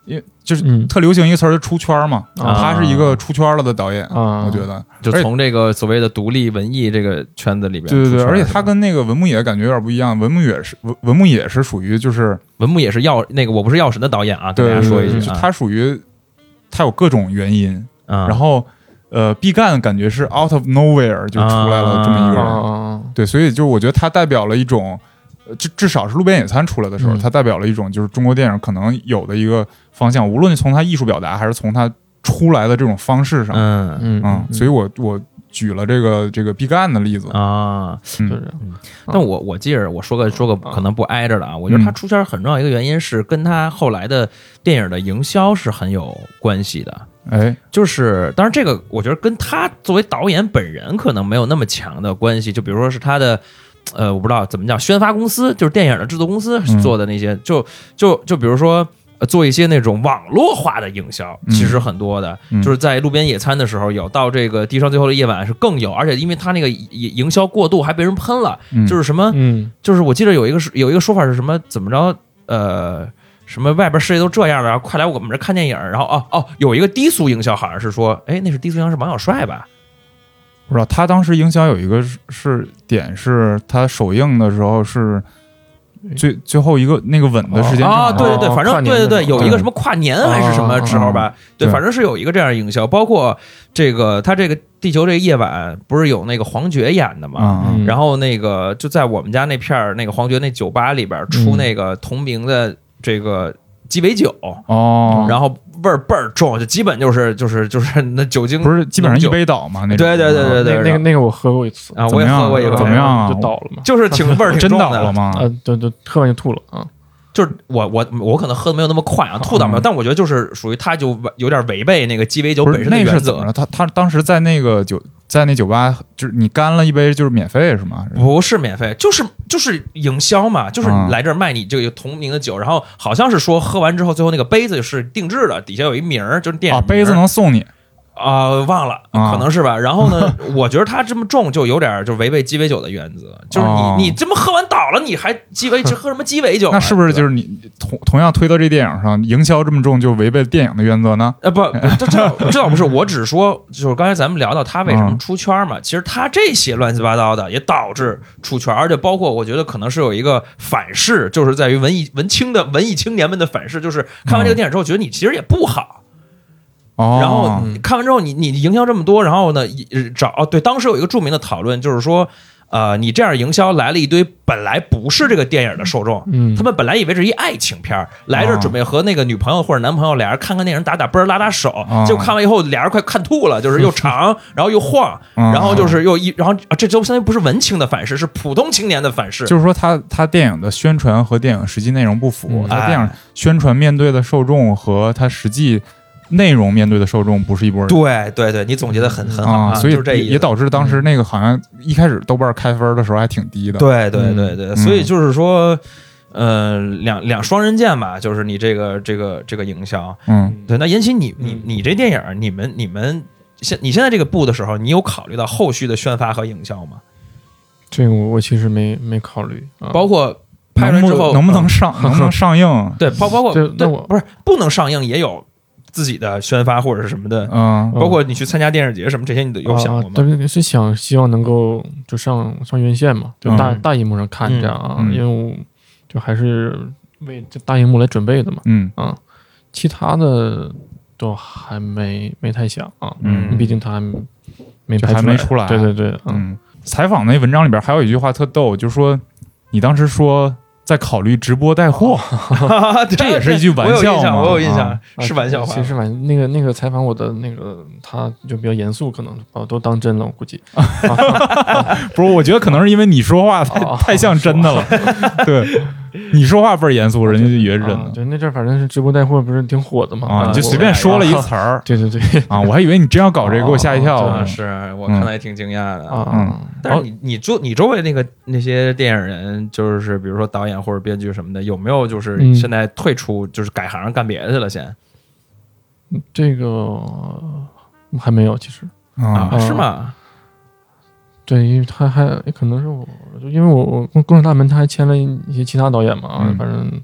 因为就是特流行一个词儿，就出圈嘛。 啊、 他是一个出圈了的导演， 啊、 我觉得就从这个所谓的独立文艺这个圈子里边， 对对对，而且他跟那个文牧野感觉有点不一样。文牧野是文文牧野是属于就是文牧野是药那个我不是药神的导演啊，跟大家说一句， 他属于他有各种原因， 啊、 然后呃，毕赣感觉是 out of nowhere 就出来了这么一个人， 啊、 对，所以就我觉得他代表了一种。至至少是路边野餐出来的时候， 嗯、 它代表了一种就是中国电影可能有的一个方向，无论从它艺术表达还是从它出来的这种方式上， 嗯嗯嗯，所以我我举了这个这个毕赣的例子啊， 嗯、就是， 但我我记着我说个说个可能不挨着的啊，我觉得他出圈很重要一个原因是跟他后来的电影的营销是很有关系的。 哎， 就是当然这个我觉得跟他作为导演本人可能没有那么强的关系，就比如说是他的。呃，我不知道怎么叫宣发公司，就是电影的制作公司做的那些，嗯、就就就比如说、呃、做一些那种网络化的营销， 嗯、 其实很多的， 嗯、 就是在路边野餐的时候有，到这个地上最后的夜晚是更有，而且因为他那个营销过度还被人喷了， 嗯、 就是什么， 嗯， 就是我记得有一个有一个说法是什么，怎么着，呃。什么外边世界都这样了，快来我们这看电影。然后哦哦，有一个低俗营销，好像是说，哎，那是低俗营销是王小帅吧？ 不知道，他当时营销有一个是是点是他首映的时候是最最后一个那个吻的时间啊，对对对，反正对对对，有一个什么跨年还是什么时候吧？对，反正是有一个这样的营销，包括这个他这个地球这个夜晚不是有那个黄觉演的嘛？然后那个就在我们家那片儿那个黄觉那酒吧里边出那个同名的这个鸡尾酒哦， 然后。味儿倍儿重，就基本就是就是就是那酒精不是基本上一杯倒吗？那对对对对对， 那个那个我喝过一次啊，我也喝过一个， 怎么样啊？ 就倒了嘛， 就是挺味儿挺重的， 真倒了吗？ 啊，对对，喝完就吐了啊。 就是我我我可能喝的没有那么快啊，吐倒没有，但我觉得就是属于他就有点违背那个鸡尾酒本身的原则。 他他当时在那个酒在那酒吧，就是你干了一杯就是免费是吗？ 不是免费，就是就是营销嘛，就是来这儿卖你这个同名的酒，然后好像是说喝完之后，最后那个杯子是定制的，底下有一名儿，就是电影、 啊、杯子能送你。 啊、呃，忘了，可能是吧。然后呢，我觉得他这么重就有点就违背鸡尾酒的原则，就是你、哦、你这么喝完倒了，你还鸡尾喝什么鸡尾酒、啊？ 那是不是就是你同同样推到这电影上，营销这么重就违背电影的原则呢？ 呃，不，这这这倒不是，我只是说，就是刚才咱们聊到他为什么出圈嘛，嗯、其实他这些乱七八糟的也导致出圈，而且包括我觉得可能是有一个反噬，就是在于文艺文青的文艺青年们的反噬，就是看完这个电影之后，觉得你其实也不好。 哦， 然后看完之后你，你你营销这么多，然后呢，找哦，对，当时有一个著名的讨论，就是说，呃，你这样营销来了一堆本来不是这个电影的受众， 嗯， 他们本来以为是一爱情片，来这准备和那个女朋友或者男朋友俩人看看电影，打打啵拉拉手， 哦、 结果看完以后俩人快看吐了，就是又长，然后又晃，然后就是又一，然后这就相当于不是文青的反噬，是普通青年的反噬， 就是说他他电影的宣传和电影实际内容不符， 嗯、 他电影宣传面对的受众和他实际。内容面对的受众不是一拨人， 对对对，你总结的很很好、啊， 所以这也导致当时那个好像一开始豆瓣开分的时候还挺低的。 对对对对，嗯、所以就是说，呃，两两双刃剑吧，就是你这个这个这个营销， 嗯， 对。那延期你你你这电影，你们你们现你现在这个部的时候，你有考虑到后续的宣发和营销吗？ 这个我我其实没没考虑，啊、 包括拍完之后能不能上，能不能上映？ 对，包包括对，我不是不能上映也有。自己的宣发或者是什么的， 嗯， 包括你去参加电影节什么这些，你都有想过吗？ 对、啊，是想希望能够就上上院线嘛，就大、嗯、大荧幕上看这样啊， 嗯、 因为我就还是为这大荧幕来准备的嘛， 嗯啊，其他的都还没没太想啊， 嗯， 毕竟他还没拍还没出来， 对对对， 嗯，采访那文章里边还有一句话特逗，就是说你当时说。在考虑直播带货，这也是一句玩笑吗？ 我有印象， 啊、 是玩笑话。 其实玩那个那个采访我的那个，他就比较严肃，可能把我都当真了，我估计。啊啊、不是，我觉得可能是因为你说话太、啊、太像真的了。对，你说话倍儿严肃，人家就以为是真的。 对，那阵反正是直播带货，不是挺火的嘛？ 啊，你就随便说了一个词儿。 对对对。 啊，我还以为你真要搞这个，给我吓一跳。 啊、是我看来挺惊讶的啊。 嗯， 但是你你周你周围那个那些电影人，就是比如说导演或者编剧什么的，有没有就是现在退出，就是改行干别的去了？先， 这个还没有，其实啊，是吗？ 对，因为他还可能是我，因为我我工作大门他还签了一些其他导演嘛， 嗯、 反正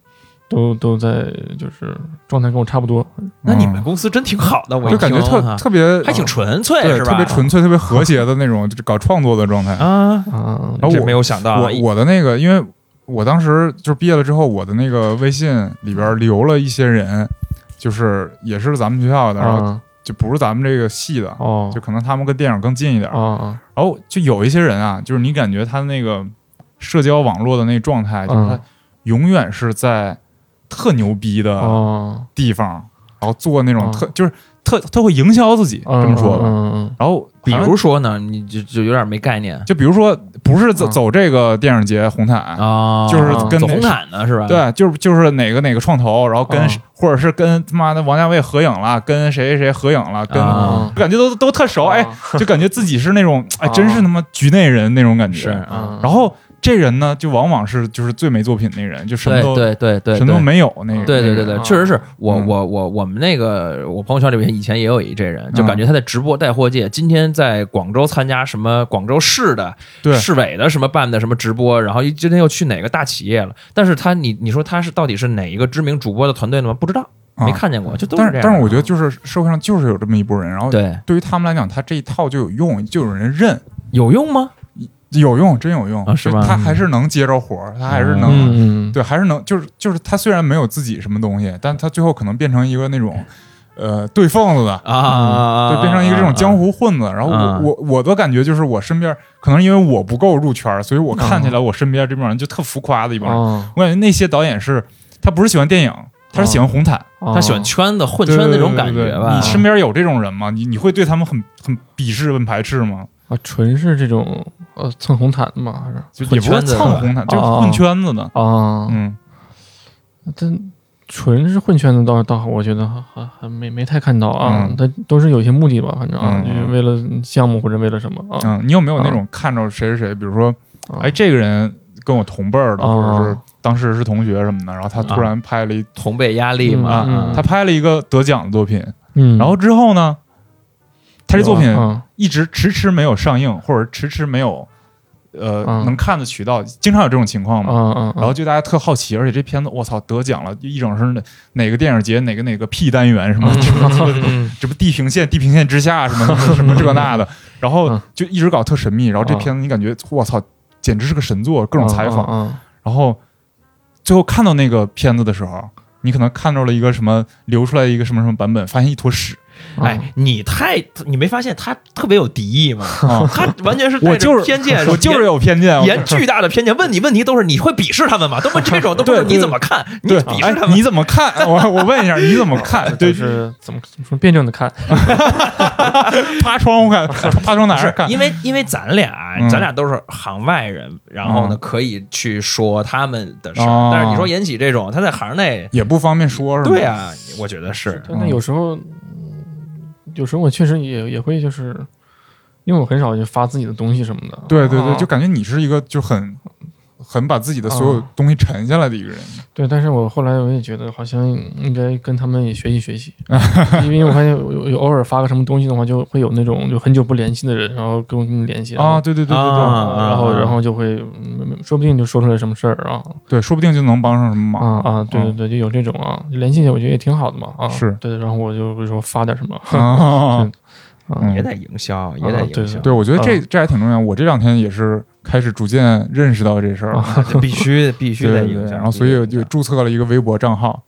都都在就是状态跟我差不多。 那你们公司真挺好的，我就感觉特特别还挺纯粹， 对， 是吧？ 特别纯粹、特别和谐的那种，就是搞创作的状态啊啊！ 然后我没有想到， 我我的那个，因为我当时就是毕业了之后，我的那个微信里边留了一些人，就是也是咱们学校的，然后就不是咱们这个系的， 哦， 就可能他们跟电影更近一点。 哦， 然后就有一些人啊，就是你感觉他那个社交网络的那状态，就是他永远是在特牛逼的地方，然后做那种特就是特特会营销自己，这么说吧。然后比如说呢，你就就有点没概念。 就比如说，不是走走这个电影节红毯啊， 就是跟走红毯的是吧？ 对，就是就是哪个哪个创投，然后跟或者是跟他妈的王家卫合影了，跟谁谁谁合影了，跟感觉都都特熟，哎，就感觉自己是那种哎，真是他妈局内人那种感觉。 是啊， 然后。这人呢，就往往是就是最没作品那人，就什么都对对对对， 什么都没有那个。 对对对对，确实是我嗯我我我们那个我朋友圈里面以前也有一这人，就感觉他在直播带货界，今天在广州参加什么广州市的市委的什么办的什么直播，然后今天又去哪个大企业了。但是他你你说他是到底是哪一个知名主播的团队的吗？不知道。没看见过，就都是这样。 但是但是我觉得就是社会上就是有这么一拨人，然后对对于他们来讲，他这一套就有用，就有人认， 有用吗？ 有用，真有用啊！是吧？ 他还是能接着活儿，他还是能， 嗯、 对，还是能，就是就是他虽然没有自己什么东西，但他最后可能变成一个那种，呃，对缝子的啊， 对，变成一个这种江湖混子。然后我、啊、我我的感觉就是，我身边可能因为我不够入圈，所以我看起来我身边这帮人就特浮夸的一帮人。 啊、 我感觉那些导演是，他不是喜欢电影。他是喜欢红毯， 哦、他喜欢圈子混圈那种感觉吧？ 你身边有这种人吗？你你会对他们很很鄙视、很排斥吗？ 啊，纯是这种呃蹭红毯的吗？还是就也不是蹭红毯，就是混圈子的啊。 嗯， 但纯是混圈子倒倒我觉得还还还没没太看到啊。 嗯、 他都是有些目的吧，反正啊， 嗯、 就是为了项目或者为了什么啊。 嗯，你有没有那种看着谁谁谁，比如说， 啊、 哎，这个人跟我同辈儿的， 啊、 或者是。当时是同学什么的，然后他突然拍了一、 啊、同辈压力嘛、 嗯嗯，他拍了一个得奖的作品， 嗯， 然后之后呢，他这作品一直迟迟没有上映，或者迟迟没有呃、 嗯、 能看的渠道，经常有这种情况嘛， 嗯嗯， 然后就大家特好奇，而且这片子我操得奖了，一整是哪个电影节哪个哪个屁单元什么， 嗯、 这不地平线地平线之下什么什么这那的，然后就一直搞特神秘，然后这片子你感觉我操简直是个神作，各种采访， 嗯嗯、 然后。最后看到那个片子的时候，你可能看到了一个什么流出来一个什么什么版本，发现一坨屎。 哎，你太你没发现他特别有敌意吗？ 啊、 他完全是带着偏见， 我就是有偏见， 言巨大的偏见。问你问题都是你会鄙视他们吗？都问这种，都不是你怎么看？你鄙视他们、 哎，你怎么看？我我问一下，你怎么看？对， 是怎么怎么说辩证的看？ 趴窗户看，趴窗哪儿看？ 因为因为咱俩、嗯、咱俩都是行外人，然后呢、嗯、可以去说他们的事儿、哦，但是你说延禧这种，他在行内也不方便说，是吧？ 对啊，我觉得是。 那有时候。有时候我确实也也会就是，因为我很少就发自己的东西什么的。 对对对，就感觉你是一个就很很把自己的所有东西沉下来的一个人。 啊、对，但是我后来我也觉得好像应该跟他们也学习学习，因为我发现有偶尔发个什么东西的话，就会有那种就很久不联系的人，然后跟我联系啊，对对对对对， 啊、然后然后就会、嗯、说不定就说出来什么事儿啊， 对，说不定就能帮上什么忙啊啊，对对对，就有这种啊，联系起来我觉得也挺好的嘛啊， 是对，然后我就会说发点什么。 啊嗯、也得营销，也得营销。 对, 对，我觉得这、啊、这还挺重要。我这两天也是开始逐渐认识到这事儿了， 啊、必须必须得营销。 然后所以就注册了一个微博账号。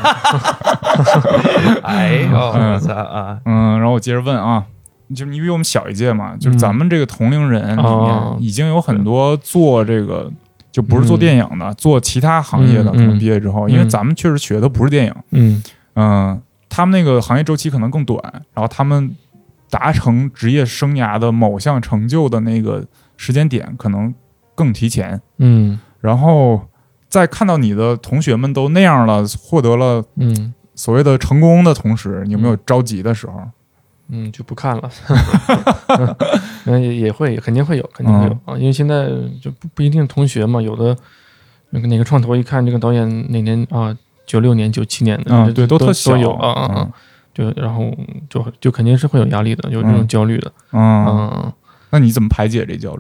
哎呦，我操啊！ 嗯，然后我接着问啊，就你比我们小一届嘛，就是咱们这个同龄人里面已经有很多做这个，就不是做电影的，嗯、做其他行业的，可能毕业之后， 嗯、 因为咱们确实学的不是电影， 嗯嗯、呃，他们那个行业周期可能更短，然后他们。达成职业生涯的某项成就的那个时间点可能更提前， 嗯， 然后在看到你的同学们都那样了，获得了嗯所谓的成功的同时，你有没有着急的时候？ 嗯，就不看了，嗯，也也会，肯定会有，肯定会有、嗯、啊，因为现在就不不一定同学嘛，有的那个哪个创投一看这个导演哪年啊，九六年、九七年的， 嗯，对， 都特小都有啊啊。嗯就然后就就肯定是会有压力的，有这种焦虑的， 嗯，嗯，那你怎么排解这焦虑的？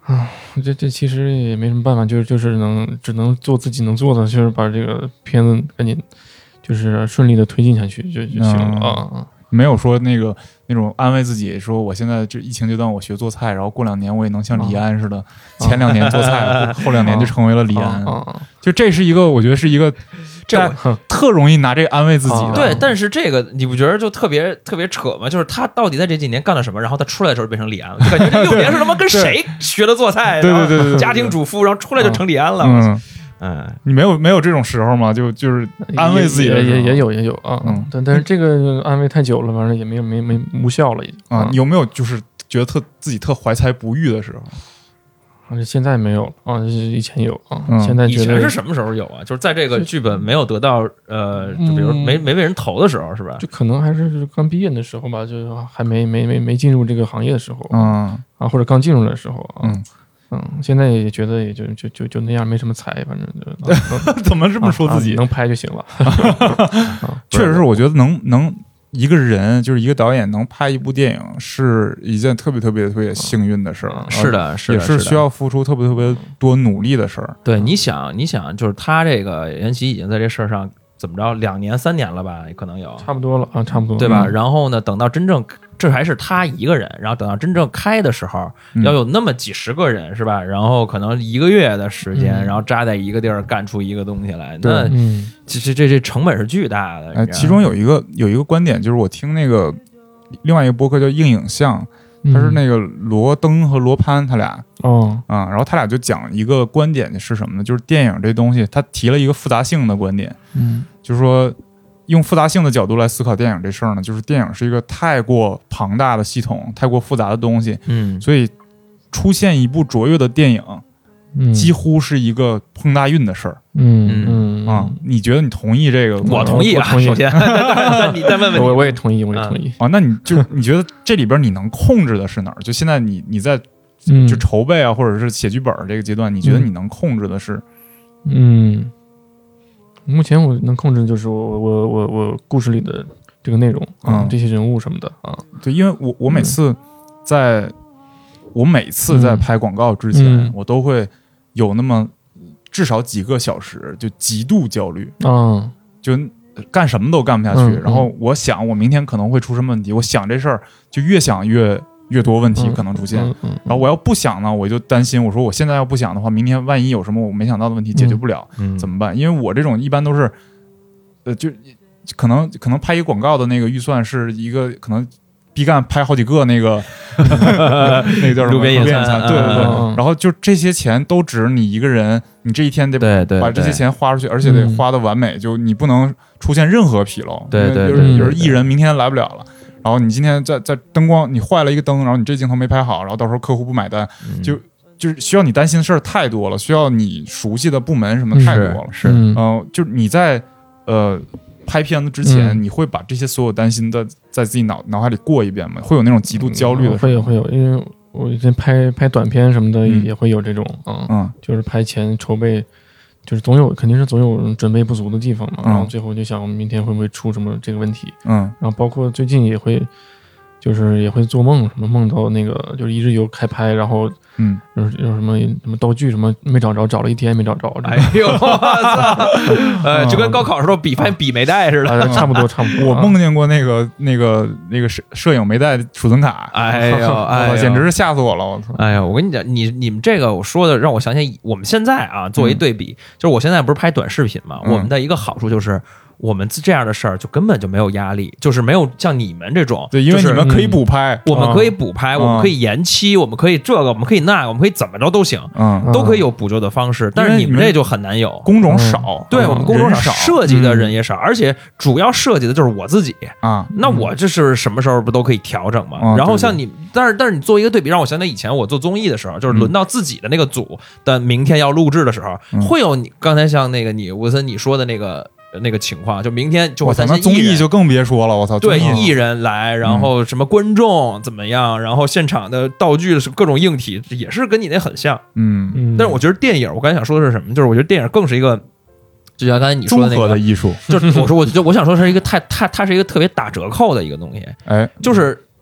啊，这这其实也没什么办法，就是就是能只能做自己能做的，就是把这个片子赶紧就是顺利的推进下去就就行了、嗯、啊。 没有说那个那种安慰自己说我现在这疫情阶段我学做菜，然后过两年我也能像李安似的，啊、前两年做菜，啊、后两年就成为了李安。啊啊、就这是一个，我觉得是一个，这特容易拿这个安慰自己的。 啊、对，但是这个你不觉得就特别特别扯吗？就是他到底在这几年干了什么？然后他出来的时候变成李安了，就感觉这六年是他妈跟谁学的做菜？ 对对对 对, 对， 家庭主妇，然后出来就成李安了。 嗯。嗯，你没有没有这种时候吗？就就是安慰自己的也也也有也有啊，嗯，但但是这个安慰太久了，反正也没没没无效了已经啊。有没有就是觉得特自己特怀才不遇的时候？ 啊，现在没有啊，以前有啊，嗯、现在觉得以前是什么时候有啊？就是在这个剧本没有得到呃，就比如没没被人投的时候，是吧？ 就可能还是刚毕业的时候吧，就还没没没没进入这个行业的时候， 嗯啊，或者刚进入的时候啊， 嗯。 嗯，现在也觉得也就就就就那样，没什么才，反正就、 啊、怎么这么说自己、 啊啊、能拍就行了。 啊、确实是，我觉得能能一个人就是一个导演能拍一部电影是一件特别特别特别幸运的事儿、啊。 是的，是的，也是需要付出特别特别多努力的事儿。 对，你想，你想，就是他这个袁奇已经在这事儿上怎么着两年三年了吧，可能有差不多了啊，差不多对吧？嗯、然后呢，等到真正。这还是他一个人，然后等到真正开的时候，要有那么几十个人，是吧？然后可能一个月的时间，嗯、然后扎在一个地儿干出一个东西来，那其实这这成本是巨大的。 哎，其中有一个有一个观点，就是我听那个另外一个播客叫硬影像，他是那个罗登和罗潘他俩哦啊、嗯，然后他俩就讲一个观点是什么呢？就是电影这东西，他提了一个复杂性的观点， 嗯， 就是说。用复杂性的角度来思考电影这事儿呢，就是电影是一个太过庞大的系统，太过复杂的东西， 嗯， 所以出现一部卓越的电影， 嗯， 几乎是一个碰大运的事儿， 嗯嗯啊，你觉得你同意这个？ 我同意啊， 同意首先，你再问问我，我也同意，我也同意啊。那你就你觉得这里边你能控制的是哪儿？就现在你你在就筹备啊，或者是写剧本这个阶段，你觉得你能控制的是？ 嗯。目前我能控制的就是我我我我故事里的这个内容啊、嗯，这些人物什么的啊。 对，因为我我每次在、嗯、我每次在拍广告之前、嗯，我都会有那么至少几个小时就极度焦虑啊、嗯， 就干什么都干不下去。 嗯、 然后我想我明天可能会出什么问题，我想这事儿就越想越。越多问题可能出现、 嗯嗯嗯， 然后我要不想呢，我就担心。我说我现在要不想的话，明天万一有什么我没想到的问题解决不了， 嗯、 怎么办？因为我这种一般都是，呃，就可能可能拍一个广告的那个预算是一个可能毕赣拍好几个那个那个叫什么路边野餐， 对对对、嗯。然后就这些钱都指你一个人，你这一天得把这些钱花出去，而且得花的完美，就你不能出现任何纰漏。 对对对， 比如艺人明天来不了了。然后你今天在在灯光你坏了一个灯，然后你这镜头没拍好，然后到时候客户不买单， 嗯、 就就是需要你担心的事儿太多了，需要你熟悉的部门什么太多了。 是， 嗯、呃，就是你在呃拍片子之前、 嗯， 你会把这些所有担心的在自己脑脑海里过一遍吗？会有那种极度焦虑的、 嗯？会有会有，因为我以前拍拍短片什么的也会有这种，嗯， 嗯就是拍前筹备。就是总有肯定是总有准备不足的地方嘛， 嗯、 然后最后就想明天会不会出什么这个问题， 嗯， 然后包括最近也会，就是也会做梦，什么梦到那个就是一日游开拍，然后嗯， 有有什么什么道具什么没找着，找了一天没找着， 哎呦我操，呃，就跟高考时候比发现笔没带似的， 啊、差不多差不多。 我梦见过那个那个那个摄摄影没带储存卡， 哎呦哎呦， 简直是吓死我了，我操！ 哎呀，我跟你讲，你你们这个我说的让我想起我们现在啊，做一对比，嗯、就是我现在不是拍短视频嘛， 嗯、 我们的一个好处就是。我们这样的事儿就根本就没有压力，就是没有像你们这种， 对，因为你们可以补拍， 就是嗯、我们可以补拍、嗯，我们可以延期，我们可以这个，我们可以那个，我们可以怎么着都行， 嗯， 都可以有补救的方式。但是你们这就很难有， 工种少， 对、嗯、我们工种少， 设计的人也少，而且主要设计的就是我自己啊。 那我这是什么时候不都可以调整吗？ 嗯、 然后像你，但是但是你做一个对比，让我想起以前我做综艺的时候，就是轮到自己的那个组的明天要录制的时候， 嗯、 会有你刚才像那个你吴森你说的那个。那个情况，就明天就会担心综艺就更别说了，我操！ 对，艺人来，然后什么观众怎么样，嗯、然后现场的道具是各种硬体，也是跟你那很像， 嗯。 但是我觉得电影，我刚才想说的是什么？就是我觉得电影更是一个，就像刚才你说的那个综合的艺术， 就是我说，我就我想说是一个太太它是一个特别打折扣的一个东西， 哎， 就是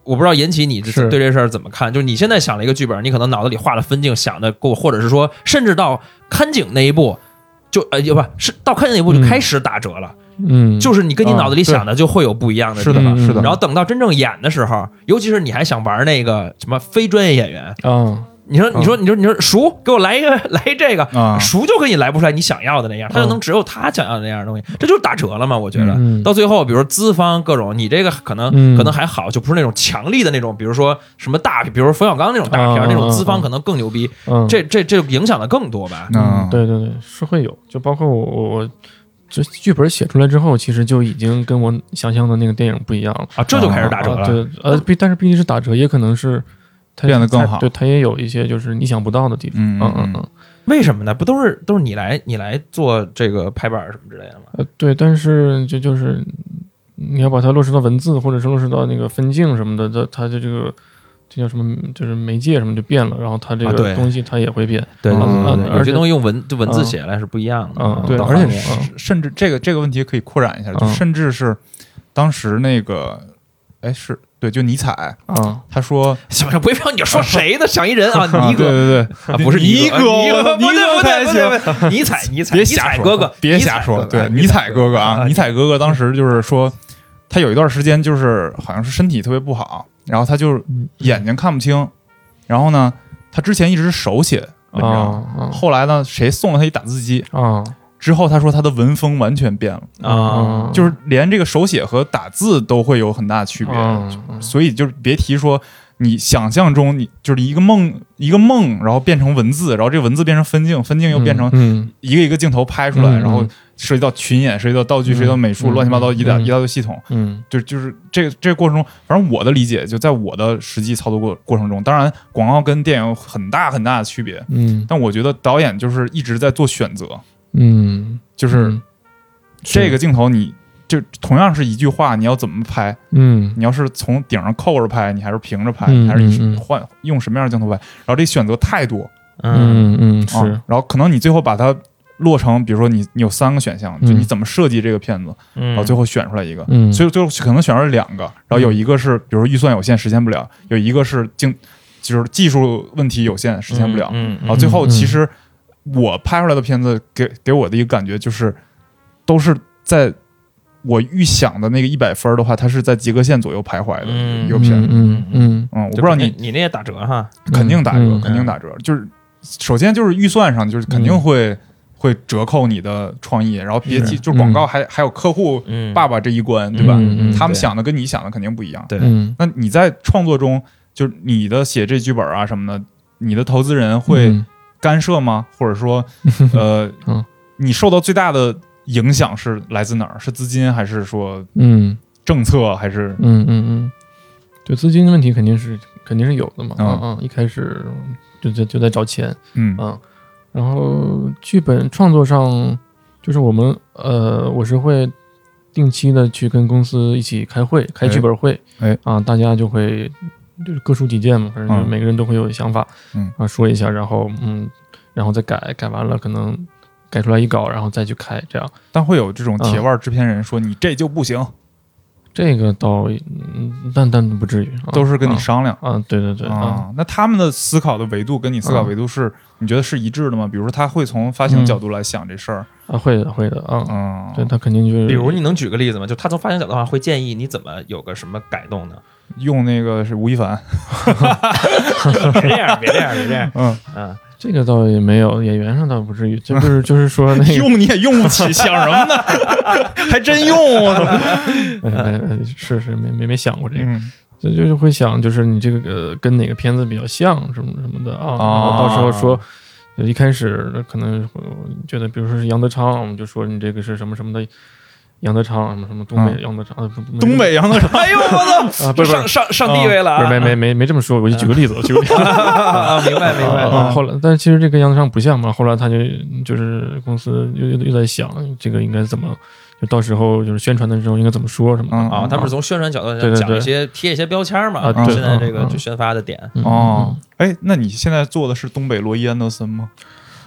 我不知道引起你对这事儿怎么看？就是你现在想了一个剧本，你可能脑子里画了分镜，想的够，或者是说，甚至到看景那一步，就呃，不是到看景那一步就开始打折了。 嗯， 就是你跟你脑子里想的就会有不一样的地方。 是的，是的。 然后等到真正演的时候，尤其是你还想玩那个什么非专业演员啊。 你说，你说，你说，你说，熟，给我来一个，来一这个， 啊、 熟就给你来不出来你想要的那样，他就能只有他想要的那样的东西，这就是打折了嘛？我觉得、 嗯、 到最后，比如说资方各种，你这个可能、 嗯、 可能还好，就不是那种强力的那种，比如说什么大，比如说冯小刚那种大片，啊、那种资方可能更牛逼， 嗯、 这这这影响的更多吧？ 嗯，对对对，是会有，就包括我我。这剧本写出来之后，其实就已经跟我想象的那个电影不一样了啊！这就开始打折了。 啊、对，呃，毕但是毕竟是打折，也可能是它变得更好。 对，它也有一些就是你想不到的地方。 嗯嗯嗯嗯。 为什么呢？不都是都是你来你来做这个拍板什么之类的吗？ 呃，对，但是就就是你要把它落实到文字，或者是落实到那个分镜什么的，它它的这个。这叫什么？就是媒介什么就变了，然后它这个东西它也会变。 对对对对，有些东西用文就文字写来是不一样的。 嗯， 对，而且甚至这个这个问题可以扩展一下，就甚至是当时那个，哎，是对，就尼采啊， 他说什么？不要你说谁的？想一人啊，尼哥， 对对对， 不是尼哥， 尼哥， 尼哥不对不对不对，尼采尼采， 别瞎说， 哥哥， 别瞎说，对，尼采哥哥啊，尼采哥哥当时就是说，他有一段时间就是好像是身体特别不好，然后他就眼睛看不清。然后呢，他之前一直是手写文章， 啊啊、 后来呢，谁送了他一打字机啊？ 之后他说他的文风完全变了啊， 就是连这个手写和打字都会有很大的区别， 啊、 所以就是别提说你想象中你就是一个梦一个梦，然后变成文字，然后这个文字变成分镜，分镜又变成一个一个镜头拍出来， 嗯、 然后涉及到群演，涉及到道具， 嗯、 涉及到美术， 嗯、 乱七八糟一大、 嗯、 一大堆系统， 嗯， 就就是这个这个过程中，反正我的理解就在我的实际操作过过程中，当然广告跟电影有很大很大的区别， 嗯， 但我觉得导演就是一直在做选择， 嗯， 就是这个镜头你。就同样是一句话，你要怎么拍？ 嗯， 你要是从顶上扣着拍，你还是平着拍， 嗯、 你还是换用什么样的镜头拍？然后这选择太多， 嗯嗯是、 啊。然后可能你最后把它落成，比如说你你有三个选项， 嗯、 就你怎么设计这个片子， 嗯、 然后最后选出来一个， 嗯， 所以最后可能选出来两个，然后有一个是比如说预算有限实现不了，有一个是镜就是技术问题有限实现不了， 嗯，嗯然后最后其实我拍出来的片子给给我的一个感觉就是都是在。我预想的那个一百分的话，它是在及格线左右徘徊的一个片子。 嗯嗯嗯，我不知道你你那也打折哈， 肯定打折， 嗯、 肯定打折。就是首先就是预算上，就是肯定会、嗯、会折扣你的创意，然后别提就是广告还、嗯、还有客户爸爸这一关， 嗯、 对吧、 嗯？ 他们想的跟你想的肯定不一样。 对， 那你在创作中，就是你的写这剧本啊什么的，你的投资人会干涉吗？或者说，呃， 嗯、 你受到最大的影响是来自哪儿？是资金还是说嗯政策还是嗯嗯嗯？对，资金的问题肯定是肯定是有的嘛。 嗯嗯，一开始就在就在找钱。 嗯嗯，然后剧本创作上，就是我们呃，我是会定期的去跟公司一起开会，开剧本会。 哎啊，大家就会就是各抒己见嘛，反正每个人都会有想法。 嗯啊，说一下，然后嗯，然后再改，改完了可能。改出来一稿，然后再去开，这样。 但会有这种铁腕制片人说、嗯、你这就不行， 这个倒，嗯，但但不至于， 都是跟你商量。 啊，对对对啊、 啊。 那他们的思考的维度跟你思考维度是、嗯、你觉得是一致的吗？比如说他会从发行角度来想这事儿、 嗯、啊，会的会的啊， 嗯， 对他肯定就是。 比如你能举个例子吗？就他从发行角度上会建议你怎么有个什么改动呢？ 用那个是吴亦凡， 别这样，别这样，别这样， 嗯嗯。 这个倒也没有，演员上倒不至于，就是就是说那个用你也用不起，想什么呢？还真用， 哎哎，是是没没没想过这个， 嗯、 就就是会想，就是你这个、呃、跟哪个片子比较像什么什么的啊， 哦、 然后到时候说，一开始可能觉得，比如说是杨德昌，我们就说你这个是什么什么的。杨德昌什么什么东北杨德昌， 嗯、东北杨德昌， 哎呦我操！ 啊，不是上上上地位了、啊， 不是没没没没这么说，我就举个例子，我举个例子啊，明白明白。 啊，后来，但其实这跟杨德昌不像嘛，后来他就就是公司又又在想这个应该怎么，就到时候就是宣传的时候应该怎么说什么的啊，他们是从宣传角度上讲一些贴一些标签嘛， 啊， 对现在这个就宣发的点哦。哎，那你现在做的是东北罗伊安德森吗？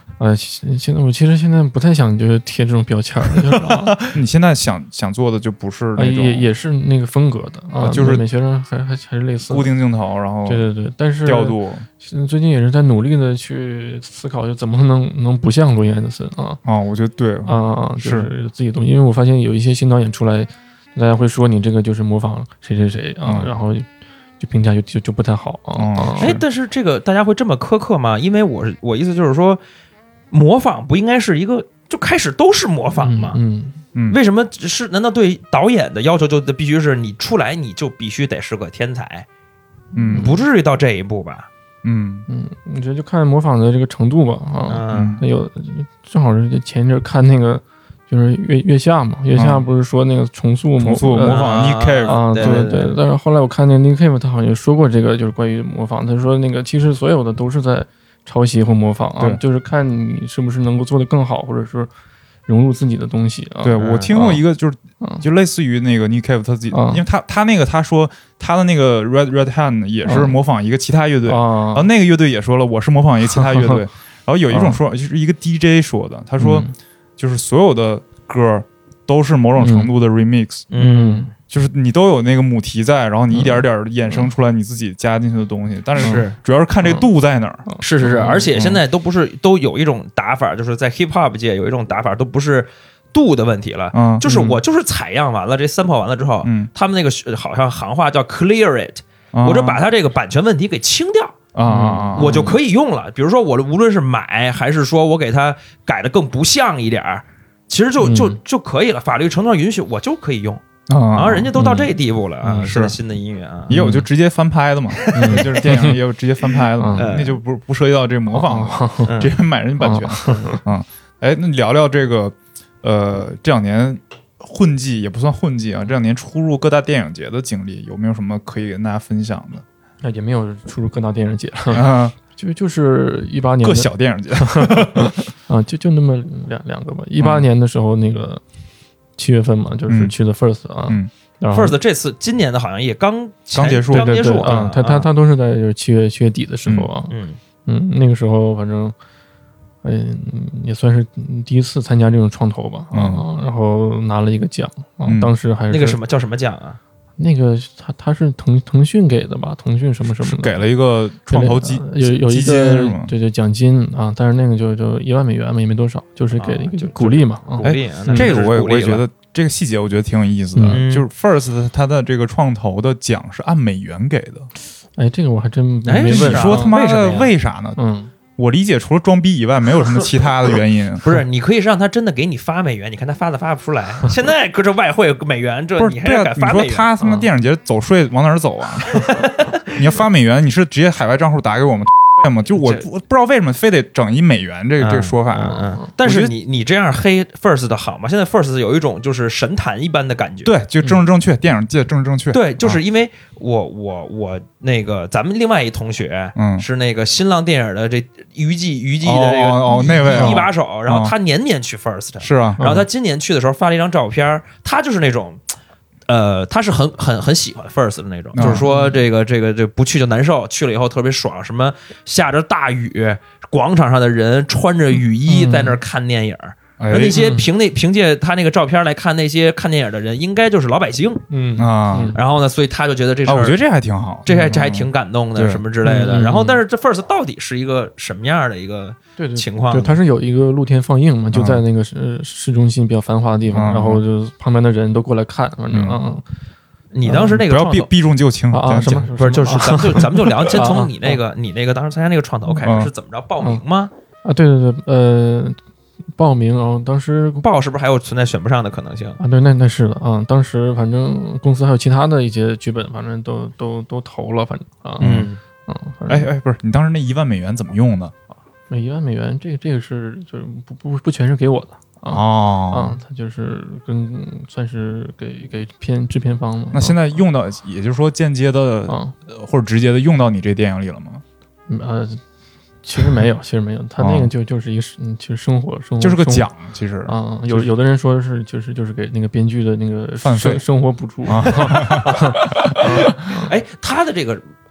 呃，现在我其实现在不太想就是贴这种标签了，就是啊、 你现在想想做的就不是那种、 呃、也也是那个风格的啊， 就是美学上还还还是类似固定镜头，然后对对对，但是调度最近也是在努力的去思考，就怎么能能不像罗伊·安德森啊啊，我觉得对啊，就是自己东西，因为我发现有一些新导演出来，大家会说你这个就是模仿谁谁谁啊， 嗯、 然后就评价就就就不太好啊。 哎、嗯，但是这个大家会这么苛刻吗？因为我我意思就是说。模仿不应该是一个就开始都是模仿吗？ 嗯嗯， 为什么是？难道对导演的要求就必须是你出来你就必须得是个天才？ 嗯， 不至于到这一步吧？ 嗯嗯，你这就看模仿的这个程度吧啊。 嗯， 有正好是前一阵看那个就是月月下嘛，月下不是说那个重塑重塑模仿 Nick Cave 啊，对对对。但是后来我看那个 Nick Cave 他好像也说过这个，就是关于模仿，他说那个其实所有的都是在。抄袭或模仿啊，就是看你是不是能够做得更好，或者是融入自己的东西啊。 对，我听过一个，就是、啊、就类似于那个 Nick Cave 他自己，啊、因为他他那个他说他的那个 Red Red Hand 也是模仿一个其他乐队，啊、然后那个乐队也说了我是模仿一个其他乐队，啊、然后有一种说法就是一个 D J 说的，他说就是所有的歌都是某种程度的 remix， 嗯。嗯就是你都有那个母题在，然后你一点点衍生出来你自己加进去的东西，但是主要是看这个度在哪儿。 是是是，而且现在都不是都有一种打法，就是在 hip hop 界有一种打法，都不是度的问题了， 嗯， 就是我就是采样完了这 sample 完了之后， 嗯， 他们那个好像行话叫 clear it，我就把它这个版权问题给清掉。 啊， 我就可以用了。比如说，我无论是买还是说我给它改的更不像一点儿，其实就就就可以了。法律程度上允许，我就可以用。 啊， 然后人家都到这地步了啊！ 是、 嗯、新的音乐啊， 也有就直接翻拍的嘛，嗯、就是电影也有直接翻拍的嘛，嗯、那就不不涉及到这个模仿， 嗯、 直接买人家版权。嗯，哎，那聊聊这个，呃，这两年混迹也不算混迹啊，这两年出入各大电影节的经历，有没有什么可以跟大家分享的？ 啊，也没有出入各大电影节，啊、就就是一八年各小电影节啊，就就那么两两个吧。一八年的时候，那个。七月份嘛，就是去的 First 啊、 嗯、 ，First 这次今年的好像也刚刚结束， 刚结束啊，他他他都是在就是七月七月底的时候啊， 嗯嗯，那个时候反正，嗯，也算是第一次参加这种创投吧，啊， 嗯、 然后拿了一个奖啊， 嗯、 当时还是那个什么叫什么奖啊？ 那个他他是腾腾讯给的吧？腾讯什么什么的给了一个创投基有有一个对对奖金啊，但是那个就就一万美元嘛，也没多少，就是给一个鼓励嘛。 啊、鼓励、 哎，这个我也我也觉得这个细节我觉得挺有意思的， 嗯、 就是 First 它的这个创投的奖是按美元给的。 哎，这个我还真没哎， 问。 你说他妈的为啥呢？ 嗯。 我理解，除了装逼以外，没有什么其他的原因。 不是，你可以让他真的给你发美元，你看他发的发不出来。现在搁这外汇美元，这你还是敢发美元？ 你说他他妈电影节走税往哪儿走啊？你要发美元，你是直接海外账户打给我们吗？就我我不知道为什么非得整一美元这个、嗯、这个说法。 嗯嗯、但是你你这样黑 First 的好吗？现在 First 有一种就是神坛一般的感觉。 对，就政治正确，嗯、电影界政治正确。 对，就是因为我我我那个咱们另外一同学， 嗯， 是那个新浪电影的这娱记娱记的这个哦哦那位一把手，然后他年年去 First， 是啊， 然后他今年去的时候发了一张照片，他就是那种。呃，他是很很很喜欢 First 的那种， 嗯、 就是说这个这个这不去就难受，去了以后特别爽。什么下着大雨，广场上的人穿着雨衣在那儿看电影， 嗯、 那些凭那凭借他那个照片来看，那些看电影的人应该就是老百姓， 嗯啊。 然后呢，所以他就觉得这事儿、 啊，我觉得这还挺好， 这还这还挺感动的， 嗯、 什么之类的。 嗯、 然后，但是这 First 到底是一个什么样的一个情况？ 对，它是有一个露天放映嘛，就在那个市市中心比较繁华的地方， 嗯、 然后就旁边的人都过来看，反正啊。 嗯你当时那个不要避避重就轻啊？什么不是？就是咱们就咱们就聊，先从你那个你那个当时参加那个创投开始是怎么着报名吗？ 啊，对对对，呃，报名，然后当时报是不是还有存在选不上的可能性啊？对，那那是的啊。当时反正公司还有其他的一些剧本，反正都都都投了，反正啊， 嗯嗯， 哎哎，不是，你当时那一万美元怎么用的？ 那一万美元，这个这个是就是不不不全是给我的。 哦， 啊，他就是跟算是给给片制片方嘛。 那现在用到，也就是说间接的啊，或者直接的用到你这电影里了吗？ 呃，其实没有，其实没有，他那个就就是一个，嗯，其实生活生活就是个奖，其实啊，有有的人说是就是就是给那个编剧的那个饭费生活补助啊。 哎，他的这个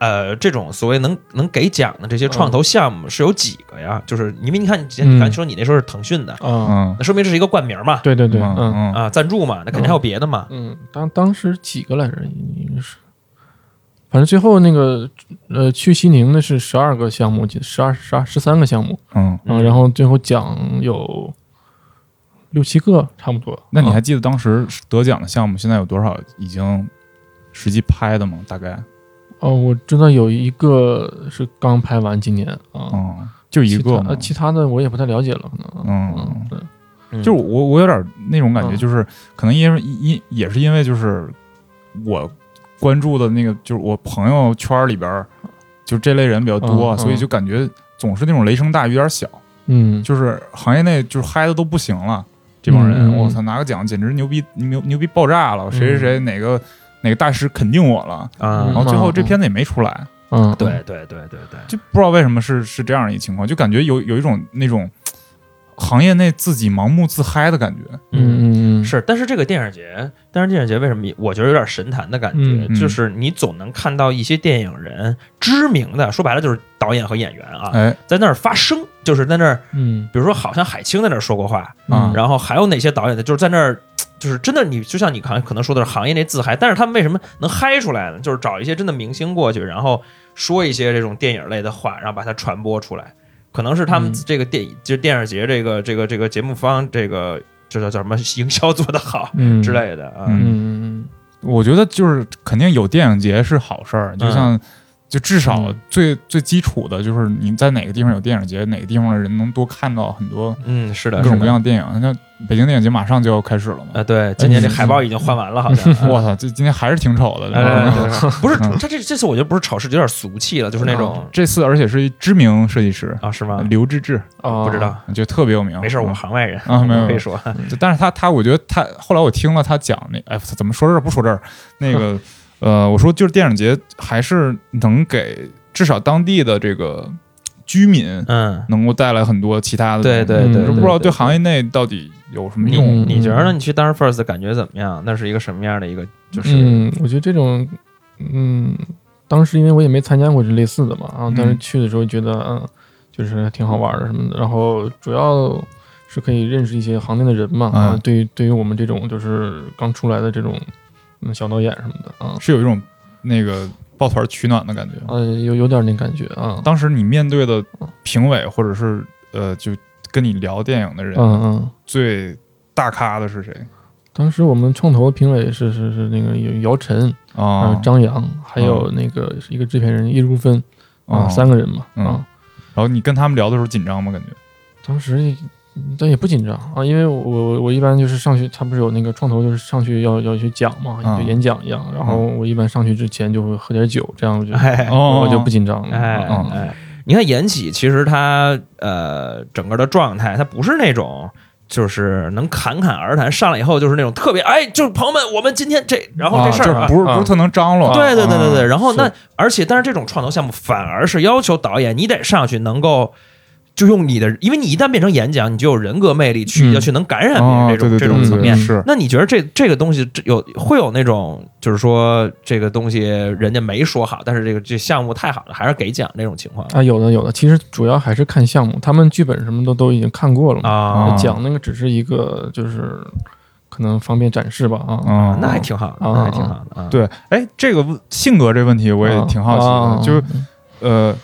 呃，这种所谓能能给奖的这些创投项目是有几个呀？嗯、就是因为你看，你你刚才说你那时候是腾讯的， 嗯， 那说明这是一个冠名嘛？ 对对对， 嗯嗯啊，赞助嘛，那肯定还有别的嘛。 嗯，当当时几个来着？应该是，反正最后那个呃去西宁的是十二个项目，十二十二十三个项目， 嗯嗯，然后最后奖有六七个差不多。 那你还记得当时得奖的项目现在有多少已经实际拍的吗？大概？ 哦，我知道有一个是刚拍完今年啊， 嗯，就一个其他，其他的我也不太了解了，可能， 嗯， 嗯对， 嗯、就是我我有点那种感觉， 嗯、 就是可能因为因也是因为就是我关注的那个就是我朋友圈里边就这类人比较多， 嗯嗯、 所以就感觉总是那种雷声大雨点小， 嗯， 就是行业内就是嗨的都不行了，这帮人， 嗯、 我操，拿个奖简直牛逼牛牛逼爆炸了，谁谁谁哪个。哪个大师肯定我了啊、嗯！然后最后这片子也没出来， 嗯， 对对对对对， 就不知道为什么是是这样一个情况，就感觉有有一种那种行业内自己盲目自嗨的感觉。 嗯嗯， 是，但是这个电影节，但是电影节为什么我觉得有点神坛的感觉？ 嗯、 就是你总能看到一些电影人知名的，说白了就是导演和演员啊， 哎， 在那儿发声，就是在那儿， 嗯， 比如说好像海清在那儿说过话， 嗯， 然后还有哪些导演的，就是在那儿。就是真的，你就像你可能可能说的是行业内自嗨，但是他们为什么能嗨出来呢？就是找一些真的明星过去，然后说一些这种电影类的话，然后把它传播出来。可能是他们这个电、嗯、就是电影节这个这个这个节目方这个这叫叫什么营销做得好、嗯、之类的啊。 嗯嗯， 我觉得就是肯定有电影节是好事儿，就像。嗯就至少最、嗯、最基础的就是你在哪个地方有电影节，哪个地方的人能多看到很多嗯是的各种各样的电影。那北京电影节马上就要开始了嘛？ 啊，对，今年这海报已经换完了，好像。 我操，这今天还是挺丑的。 哎、不是，他这这次我觉得不是丑，是有点俗气了，就是那种、 嗯、这次而且是一知名设计师啊，是吗？ 刘志志啊，不知道， 就特别有名。 没事，我行外人啊，没有可以说。 但是他他，我觉得他后来我听了他讲那，哎，怎么说这儿不说这儿？那个呃，我说就是电影节还是能给。至少当地的这个居民，嗯，能够带来很多其他的， 对对对， 不知道对行业内到底有什么用？ 你觉得呢？你去当时 First 感觉怎么样？那是一个什么样的一个？就是， 嗯，我觉得这种，嗯，当时因为我也没参加过这类似的嘛，然后但是去的时候觉得，嗯，就是挺好玩的什么的。然后主要是可以认识一些行内的人嘛，啊，对于对于我们这种就是刚出来的这种嗯小导演什么的啊， 是有一种那个。抱团取暖的感觉， 呃，有有点那感觉啊。 当时你面对的评委或者是呃，就跟你聊电影的人， 嗯嗯， 最大咖的是谁？ 当时我们创投评委是是是那个有姚晨啊、呃、张扬，还有那个一个制片人叶如芬啊、呃，三个人嘛啊、 嗯。然后你跟他们聊的时候紧张吗？感觉？ 当时。但也不紧张啊，因为我我我一般就是上去，他不是有那个创投，就是上去要要去讲嘛，就演讲一样。然后我一般上去之前就会喝点酒，这样我就、 哎、 我就不紧张了。 哎哎哎，你看延禧，其实他呃整个的状态，他不是那种就是能侃侃而谈，上来以后就是那种特别哎，就是朋友们，我们今天这，然后这事儿、 啊、不是不是特能张罗。 对对对对对，然后那而且但是这种创投项目反而是要求导演你得上去能够。就用你的，因为你一旦变成演讲，你就有人格魅力去、嗯、要去能感染别人这种、 哦、对对对这种层面。 是， 那你觉得这这个东西有会有那种，就是说这个东西人家没说好，但是这个这项目太好了，还是给奖那种情况啊？有的有的，其实主要还是看项目，他们剧本什么的都已经看过了嘛。啊，奖那个只是一个就是可能方便展示吧啊。 啊，那还挺好的，那还挺好的。啊、 对，哎，这个性格这问题我也挺好奇的， 啊、 就呃。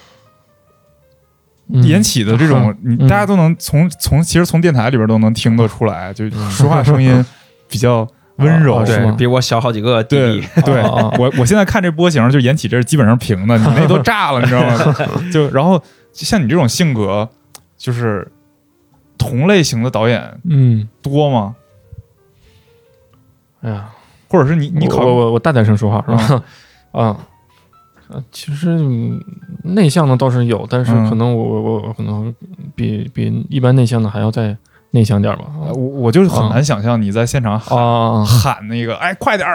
延禧的这种， 嗯、 你大家都能从从其实从电台里边都能听得出来，就说话声音比较温柔， 哦、 对，比我小好几个弟弟。 对，对哦、我我现在看这波形，就延禧这是基本上平的，你那都炸了，你知道吗？就然后像你这种性格，就是同类型的导演， 嗯， 多吗？ 哎呀， 或者是你你考我我我大点声说话是吧？啊。呃，其实内向的倒是有，但是可能我我、嗯、我可能比比一般内向的还要再内向点吧。 我我就是很难想象你在现场喊、 啊、 喊那个，哎，快点儿，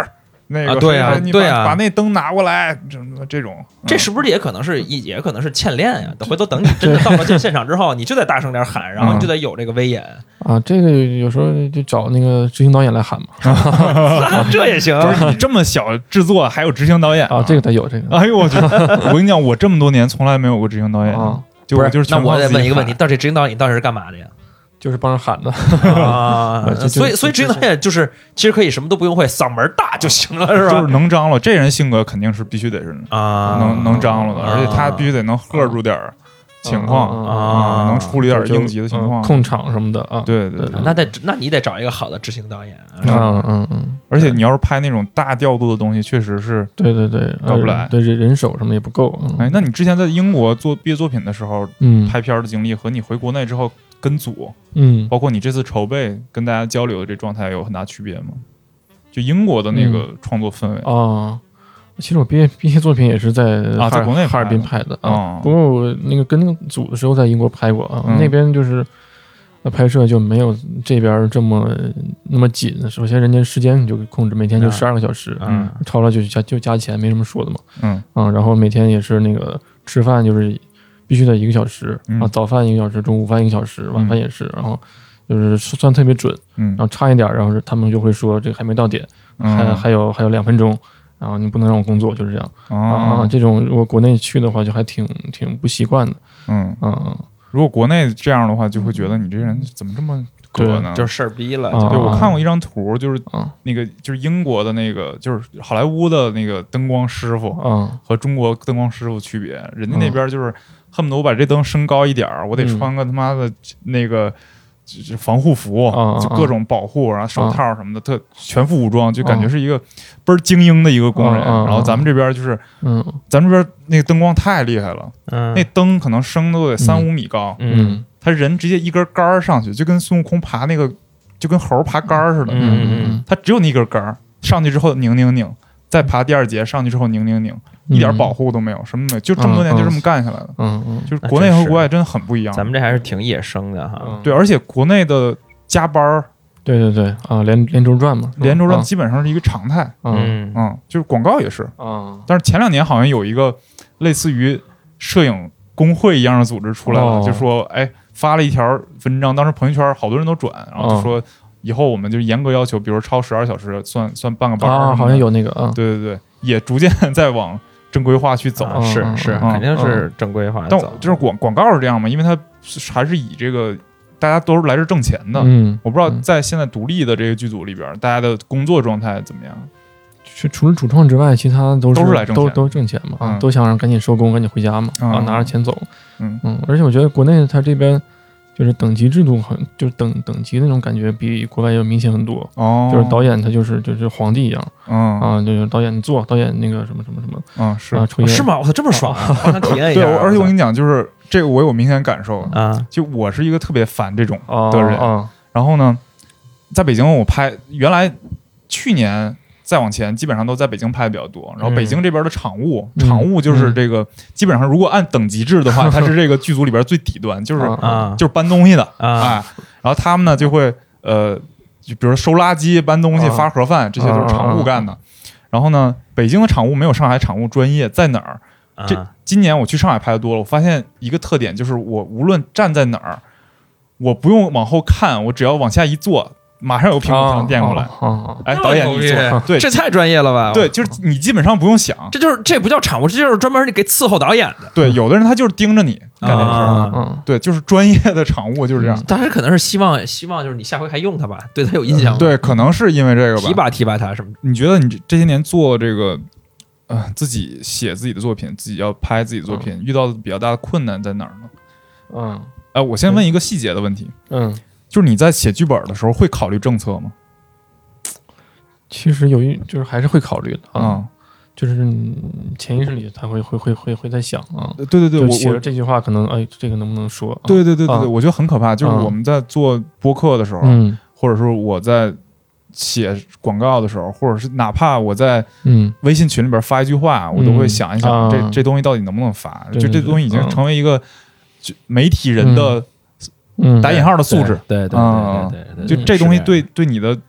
那个、 啊、对啊， 你对啊， 把那灯拿过来，这这种， 这是不是也可能是也可能是欠练呀？回头等你真的到了这现场之后，你就得大声点喊，然后你就得有这个威严啊。这个有时候就找那个执行导演来喊嘛， 啊、这也行。 不是你这么小制作还有执行导演啊？这个得有这个。 哎呦我去！我跟你讲，我这么多年从来没有过执行导演啊。 就我就是那我得问一个问题，到底执行导演到底是干嘛的呀？ 就是帮人喊的啊，所以所以执行导演就是其实可以什么都不用会，嗓门大就行了，是吧？ 就是能张罗，这人性格肯定是必须得是啊， 能能张罗的，而且他必须得能喝住点情况啊， 能处理点应急的情况， 控场什么的啊。 对对对， 那得那你得找一个好的执行导演， 嗯嗯嗯。 而且你要是拍那种大调度的东西，确实是对对对搞不来， 对人手什么也不够。 哎，那你之前在英国做毕业作品的时候， 嗯， 拍片的经历和你回国内之后跟组， 嗯， 包括你这次筹备跟大家交流的这状态有很大区别吗？就英国的那个创作氛围啊，其实我毕业毕业作品也是在啊，在国内哈尔滨拍的啊。 不过我那个跟那个组的时候在英国拍过啊，那边就是拍摄就没有这边这么那么紧。首先人家时间你就控制，每天就十二个小时， 嗯， 超了就加就加钱，没什么说的嘛。 嗯啊，然后每天也是那个吃饭就是必须得一个小时啊，早饭一个小时，中午饭一个小时，晚饭也是，然后就是算特别准， 嗯， 然后差一点，然后他们就会说这个还没到点，还还有还有两分钟。然后你不能让我工作，就是这样、 哦、 啊。这种如果国内去的话，就还挺挺不习惯的。 嗯嗯， 如果国内这样的话，就会觉得你这人怎么这么葛呢？ 就是事儿逼了。 啊、 对，我看过一张图，就是那个就是英国的那个，就是好莱坞的那个灯光师傅， 嗯， 和中国灯光师傅区别。人家那边就是恨不得我把这灯升高一点，我得穿个他妈的那个。就是防护服， 嗯、 就各种保护，然后手套什么的，特全副武装，就感觉是一个倍儿精英的一个工人。 嗯、 然后咱们这边就是， 嗯， 咱们这边那个灯光太厉害了， 嗯， 那灯可能升都得三五米高， 嗯， 他人直接一根杆上去，就跟孙悟空爬那个，就跟猴爬杆似的， 嗯嗯， 他只有那一根杆上去之后拧拧拧，再爬第二节上去之后拧拧拧。一点保护都没有，什么没有，就这么多年就这么干下来了。 嗯嗯， 就是国内和国外真的很不一样。 咱们这还是挺野生的哈。 对，而且国内的加班， 对对对啊，连连轴转嘛， 连轴转基本上是一个常态。 嗯嗯，就是广告也是啊。 但是前两年好像有一个类似于摄影工会一样的组织出来了，就说哎发了一条文章，当时朋友圈好多人都转，然后就说以后我们就严格要求，比如超十二小时算算半个班啊，好像有那个啊。 对对对，也逐渐在往。正规化去走、 啊、是是、嗯、肯定是正规化但就是广广告是这样嘛，因为它还是以这个大家都是来这挣钱的。 嗯， 我不知道在现在独立的这个剧组里边，大家的工作状态怎么样？ 除除了主创之外，其他都是都是来挣钱， 都都挣钱嘛， 嗯、 都想让赶紧收工，赶紧回家嘛， 嗯、 啊，拿着钱走。 嗯嗯，而且我觉得国内它这边。就是等级制度很，就是等等级那种感觉比国外要明显很多。 哦， 就是导演他就是就是皇帝一样， 嗯啊，就是导演你做，导演那个什么什么什么， 嗯是啊， 是吗？我操，这么爽啊！我想体验一下。 对，而且我跟你讲，就是这个我有明显感受啊， 就我是一个特别烦这种的人。 啊， 然后呢，在北京我拍，原来去年。再往前，基本上都在北京拍的比较多。然后北京这边的场务， 嗯、 场务就是这个，嗯、基本上如果按等级制的话，它是这个剧组里边最底端，就是啊， 就是搬东西的啊。 哎，然后他们呢就会呃，就比如说收垃圾、搬东西、发盒饭，这些都是场务干的。 啊、 然后呢，北京的场务没有上海场务专业，在哪儿？ 啊、 这今年我去上海拍的多了，我发现一个特点就是，我无论站在哪儿，我不用往后看，我只要往下一坐。马上有苹果糖垫过来， 哦哦、 哎，导演你做，对， 这太专业了吧？ 对，就是你基本上不用想， 这就是这不叫场务，这就是专门给伺候导演的。 对，有的人他就是盯着你干这事儿， 嗯， 对，就是专业的场务就是这样。 但是可能是希望希望就是你下回还用它吧，对他有印象。 对，可能是因为这个吧， 提拔提拔他什么？ 你觉得你这些年做这个，呃，自己写自己的作品，自己要拍自己的作品，遇到的比较大的困难在哪儿呢？ 嗯， 哎，我先问一个细节的问题， 嗯， 就是你在写剧本的时候会考虑政策吗？ 其实有一就是还是会考虑的啊， 嗯、 就是潜意识里他会会会会会在想啊， 对对对， 我写了这句话可能哎这个能不能说？啊、 对对对对对， 啊、 我觉得很可怕。就是我们在做播客的时候， 嗯， 或者说我在写广告的时候，或者是哪怕我在嗯微信群里边发一句话， 嗯、 我都会想一想、 啊、 这这东西到底能不能发？ 对对对就这东西已经成为一个媒体人的嗯打引号的素质。 对对对对对对， 就这东西对对你的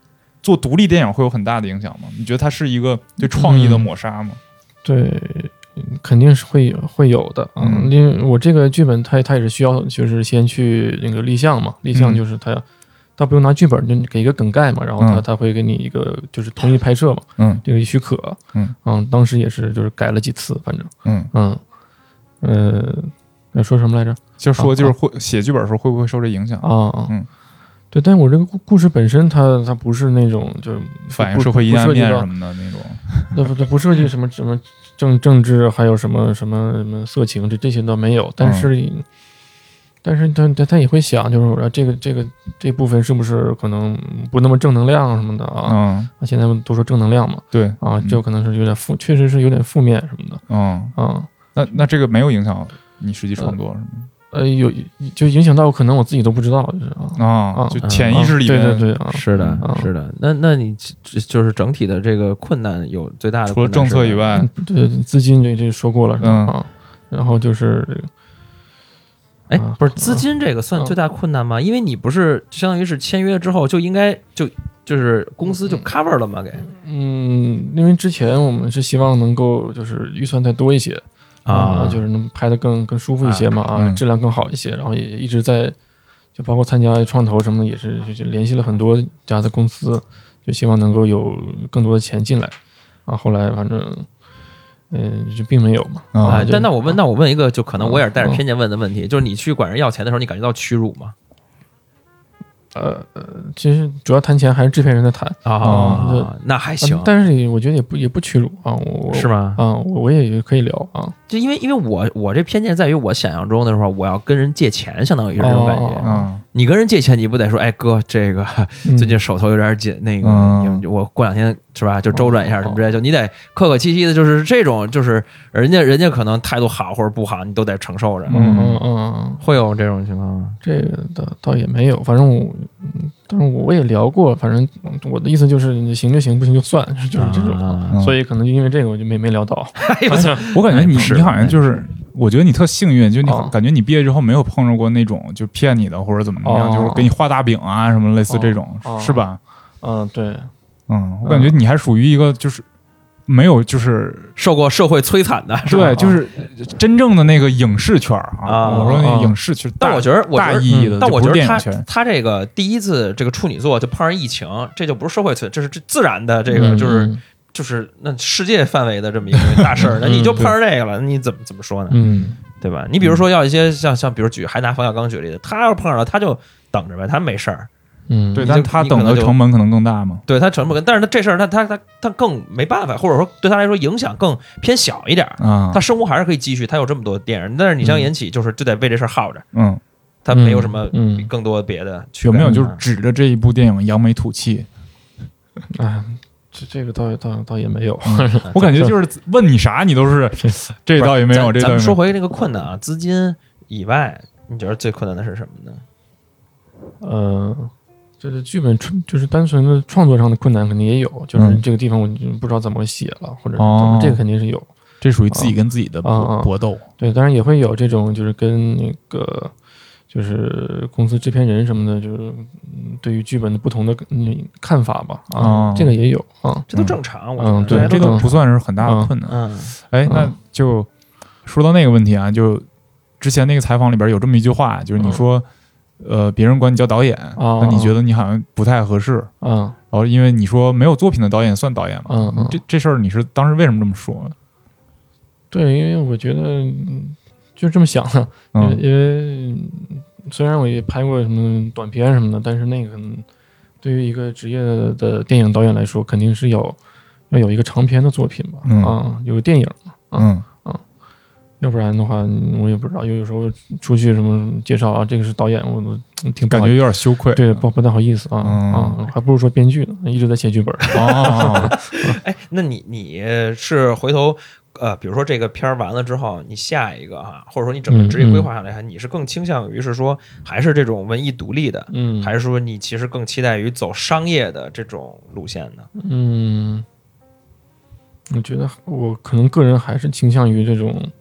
做独立电影会有很大的影响吗？你觉得它是一个对创意的抹杀吗？ 嗯、对，肯定是会有会有的啊、嗯。因为我这个剧本它它也是需要就是先去那个立项嘛，立项就是它。嗯他不用拿剧本，就给一个梗概嘛，然后他、嗯、他会给你一个就是同意拍摄嘛，嗯，这个许可，嗯嗯，当时也是就是改了几次，反正，嗯嗯，呃，那说什么来着？ 就说就是会写剧本的时候会不会受这影响啊？嗯，对，但是我这个故事本身它它不是那种就反映社会阴暗面什么的那种， 那不不涉及什么什么政政治，还有什么什么什么色情，这这些都没有，但是。嗯但是他他他也会想，就是说这个这个这部分是不是可能不那么正能量什么的啊？嗯，现在都说正能量嘛， 对啊，就可能是有点负，确实是有点负面什么的。 嗯啊，那那这个没有影响你实际创作是吗？ 呃，有就影响到可能我自己都不知道，就是啊啊，就潜意识里面， 对对对啊， 是的，是的。那那你就是整体的这个困难有最大的除了政策以外， 对资金这这说过了，嗯啊，然后就是这个。 哎，不是资金这个算最大困难吗？因为你不是相当于是签约之后就应该就就是公司就 cover 了吗？给嗯，因为之前我们是希望能够就是预算再多一些啊，就是能拍得更更舒服一些嘛啊，质量更好一些，然后也一直在就包括参加创投什么的，也是就联系了很多家的公司，就希望能够有更多的钱进来啊。后来反正。嗯，就并没有嘛。 啊，但那我问，那我问一个，就可能我也是带着偏见问的问题，就是你去管人要钱的时候，你感觉到屈辱吗？ 呃呃，其实主要谈钱还是制片人在谈啊，那还行。 但是我觉得也不也不屈辱啊，我是吗？ 啊，我我也可以聊啊。 就因为因为我我这偏见在于我想象中的时候，我要跟人借钱，相当于是这种感觉。嗯，你跟人借钱，你不得说，哎哥，这个最近手头有点紧，那个我过两天是吧，就周转一下什么之类，就你得客客气气的，就是这种，就是人家人家可能态度好或者不好，你都得承受着。 嗯嗯嗯， 会有这种情况吗？ 这个倒倒也没有，反正我。但是我也聊过，反正我的意思就是行就行，不行就算，就是这种。啊、所以可能因为这个我就没没聊到。 我感觉你你好像就是，我觉得你特幸运，就你感觉你毕业之后没有碰着过那种就骗你的或者怎么样，哦、就是给你画大饼啊什么类似这种，哦、是吧？ 嗯，对， 嗯，我感觉你还属于一个就是。没有，就是受过社会摧残的， 对，就是真正的那个影视圈啊。我说那个影视圈， 但我觉得， 大意义的， 但我觉得他他这个第一次这个处女座就碰上疫情，这就不是社会摧，这是自然的，这个就是就是那世界范围的这么一个大事儿，那你就碰上这个了，你怎么怎么说呢？ 嗯， 对吧？你比如说要一些像像比如举还拿冯小刚举例的，他要是碰上了，他就等着呗，他没事儿。 嗯， 对，但他等的成本可能更大嘛。 对他成本，但是他这事儿他他他他更没办法，或者说对他来说影响更偏小一点啊。他生活还是可以继续，他有这么多电影，但是你像延启就是就得为这事儿耗着，嗯，他没有什么更多别的。 有没有就是指着这一部电影扬眉吐气？ 啊，这这个倒倒倒也没有， 我感觉就是问你啥你都是这倒也没有。这咱们说回这个困难啊，资金以外，你觉得最困难的是什么呢？ 呃。就是剧本就是单纯的创作上的困难肯定也有，就是这个地方我不知道怎么写了，或者怎么，这个肯定是有， 这属于自己跟自己的搏斗。 对，当然也会有这种就是跟那个就是公司制片人什么的，就是对于剧本的不同的看法吧。啊，这个也有啊， 这都正常。我嗯，对， 这都不算是很大的困难。 嗯， 哎，那就说到那个问题啊，就之前那个采访里边有这么一句话，就是你说。呃，别人管你叫导演， 哦、 那你觉得你好像不太合适， 嗯， 然后因为你说没有作品的导演算导演吗？ 嗯嗯， 这这事儿你是当时为什么这么说？ 对，因为我觉得就这么想的，嗯、因为虽然我也拍过什么短片什么的，但是那个对于一个职业的电影导演来说，肯定是要要有一个长篇的作品吧， 嗯、 啊，有个电影嘛，啊、 嗯。 要不然的话，我也不知道。有有时候出去什么介绍啊，这个是导演，我都挺感觉有点羞愧， 对，不不太好意思啊、嗯、啊，还不如说编剧呢，一直在写剧本。 哦，哎，那你你是回头呃，比如说这个片儿完了之后，你下一个哈，或者说你整个职业规划下来，嗯嗯、你是更倾向于是说还是这种文艺独立的， 嗯， 还是说你其实更期待于走商业的这种路线呢？ 嗯，我觉得我可能个人还是倾向于这种。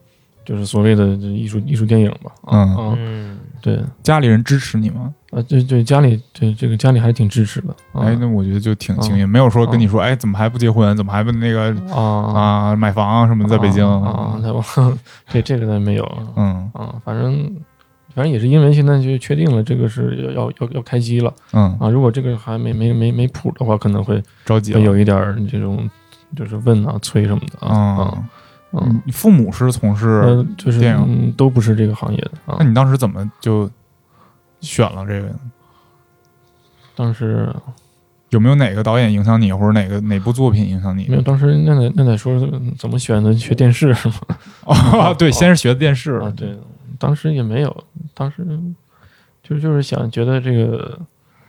就是所谓的艺术艺术电影吧。 嗯嗯， 对， 家里人支持你吗？ 啊，对对，家里对这个家里还挺支持的。啊、 哎，那我觉得就挺幸运，啊、没有说跟你说，哎，怎么还不结婚？怎么还不那个啊啊买房什么的，在北京啊？啊这这个倒没有。 嗯啊，反正。反正也是因为现在就确定了这个是要要要要开机了， 嗯啊，如果这个还没没没没谱的话，可能会着急， 会有一点这种就是问啊催什么的啊啊嗯，你父母是从事呃就是电影、 嗯、都不是这个行业的啊。 那你当时怎么就选了这个？ 当时有没有哪个导演影响你，或者哪个哪部作品影响你？ 没有，当时那得那得说怎么选的学电视是吗？ 哦，对，先是学的电视啊，对。当时也没有，当时就就是想觉得这个，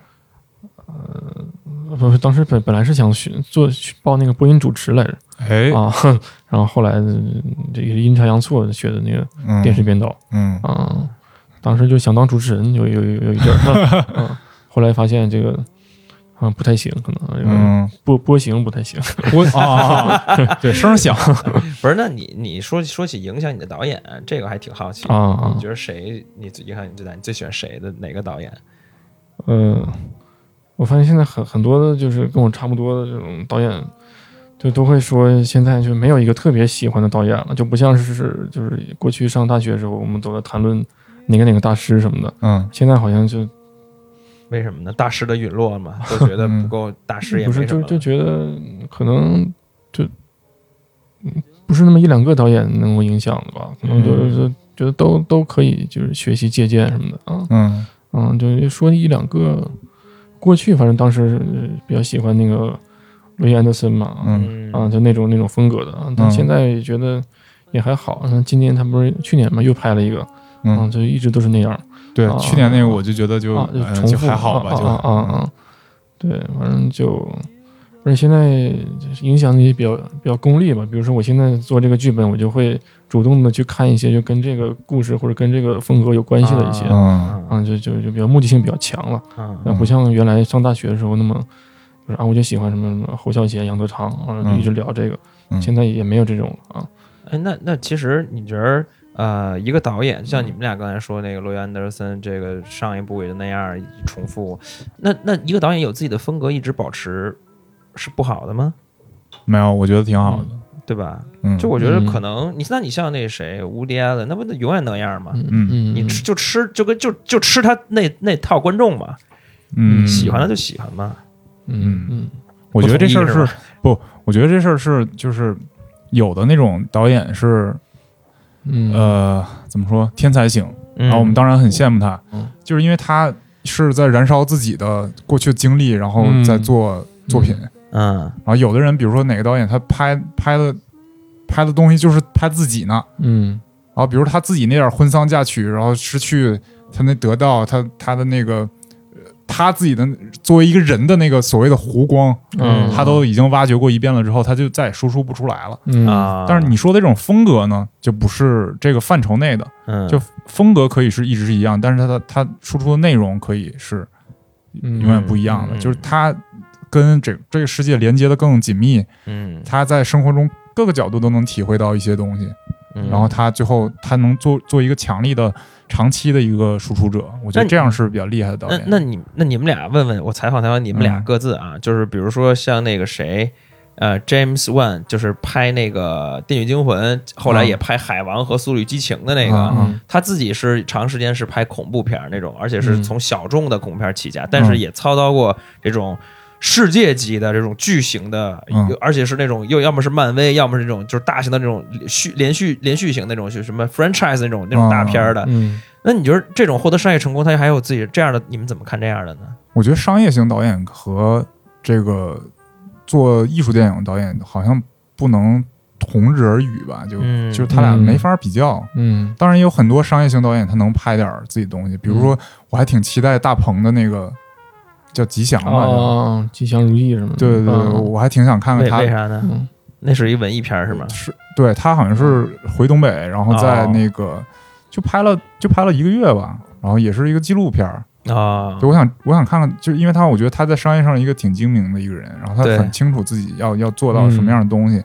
呃，不是，当时本本来是想学做报那个播音主持来着， 哎啊，然后后来这个阴差阳错学的那个电视编导， 嗯啊，当时就想当主持人，有有有有一阵儿，啊，后来发现这个。啊，不太行，可能嗯，波波形不太行， 波啊，对，声响不是？那你你说说起影响你的导演，这个还挺好奇啊。 你觉得谁你影响你最大？你最喜欢谁的哪个导演？ 呃，我发现现在很很多的，就是跟我差不多的这种导演，就都会说现在就没有一个特别喜欢的导演了，就不像是就是过去上大学的时候，我们都在谈论哪个哪个大师什么的， 嗯， 现在好像就。 为什么呢？大师的陨落嘛，都觉得不够，大师也不是就就觉得可能就不是那么一两个导演能够影响的吧，可能就是觉得都都可以，就是学习借鉴什么的啊， 嗯嗯，就说一两个，过去反正当时比较喜欢那个路易安德森嘛， 嗯啊，就那种那种风格的，但现在觉得也还好。那今年他不是去年嘛又拍了一个，嗯，就一直都是那样。 对， 啊、 去年那个我就觉得就、 啊、就呃、 重复就还好吧， 啊就啊啊啊，对，反正就，而且现在影响力比较比较功利吧。比如说我现在做这个剧本，我就会主动的去看一些就跟这个故事或者跟这个风格有关系的一些， 啊， 啊就就就比较目的性比较强了， 啊， 不像原来上大学的时候那么，就是啊我就喜欢什么什么侯孝贤、杨德昌啊，就一直聊这个， 嗯、 现在也没有这种啊。 哎，那那其实你觉得？呃，一个导演像你们俩刚才说那个罗伊安德森，这个上一部也就那样重复，那那一个导演有自己的风格一直保持是不好的吗？ 没有，我觉得挺好的， 嗯、对吧？ 嗯， 就我觉得可能、嗯、你那你像那谁伍迪·艾伦，那不永远那样吗？ 嗯嗯， 你吃就吃就跟就就吃他那那套观众嘛， 嗯， 喜欢他就喜欢嘛， 嗯嗯， 我觉得这事儿是, 是不，我觉得这事儿是就是有的那种导演是。 嗯呃，怎么说天才型？ 嗯、 然后我们当然很羡慕他， 嗯、 就是因为他是在燃烧自己的过去的经历，然后再做作品。 嗯， 然后有的人，比如说哪个导演，他拍拍的拍的东西就是拍自己呢。 嗯， 然后比如他自己那点婚丧嫁娶，然后失去他那得到他他的那个他自己的作为一个人的那个所谓的弧光， 嗯， 他都已经挖掘过一遍了之后，他就再也输出不出来了。 嗯啊， 但是你说的这种风格呢，就不是这个范畴内的。 嗯， 就风格可以是一直是一样，但是他的他输出的内容可以是永远不一样的。 嗯、 就是他跟这这个世界连接的更紧密。 嗯， 他在生活中各个角度都能体会到一些东西。 嗯、 然后他最后他能做做一个强力的长期的一个输出者，我觉得这样是比较厉害的导演。 那那你那你们俩问问我采访采访你们俩各自啊，嗯、就是比如说像那个谁，呃 ，James Wan 就是拍那个《电锯惊魂》，后来也拍《海王》和《速度与激情》的那个， 嗯、 他自己是长时间是拍恐怖片那种，而且是从小众的恐怖片起家，嗯、但是也操刀过这种。世界级的这种巨型的， 嗯、 而且是那种又要么是漫威，要么是这种就是大型的这种续连续连续型那种，是什么 franchise 那种那种大片的。 嗯， 那你觉得这种获得商业成功，他还有自己这样的，你们怎么看这样的呢？ 我觉得商业型导演和这个做艺术电影导演好像不能同日而语吧，就、 嗯、 就是他俩没法比较。 嗯， 当然有很多商业型导演他能拍点自己东西，比如说我还挺期待大鹏的那个。叫吉祥吧， 哦，吉祥如意是吗？ 对对对， 嗯、 我还挺想看看他。 为啥呢？嗯、那是一文艺片是吗？ 是，对他好像是回东北，然后在那个、哦、就拍了就拍了一个月吧，然后也是一个纪录片啊。 哦、 我想我想看看，就因为他我觉得他在商业上一个挺精明的一个人，然后他很清楚自己要要做到什么样的东西，嗯、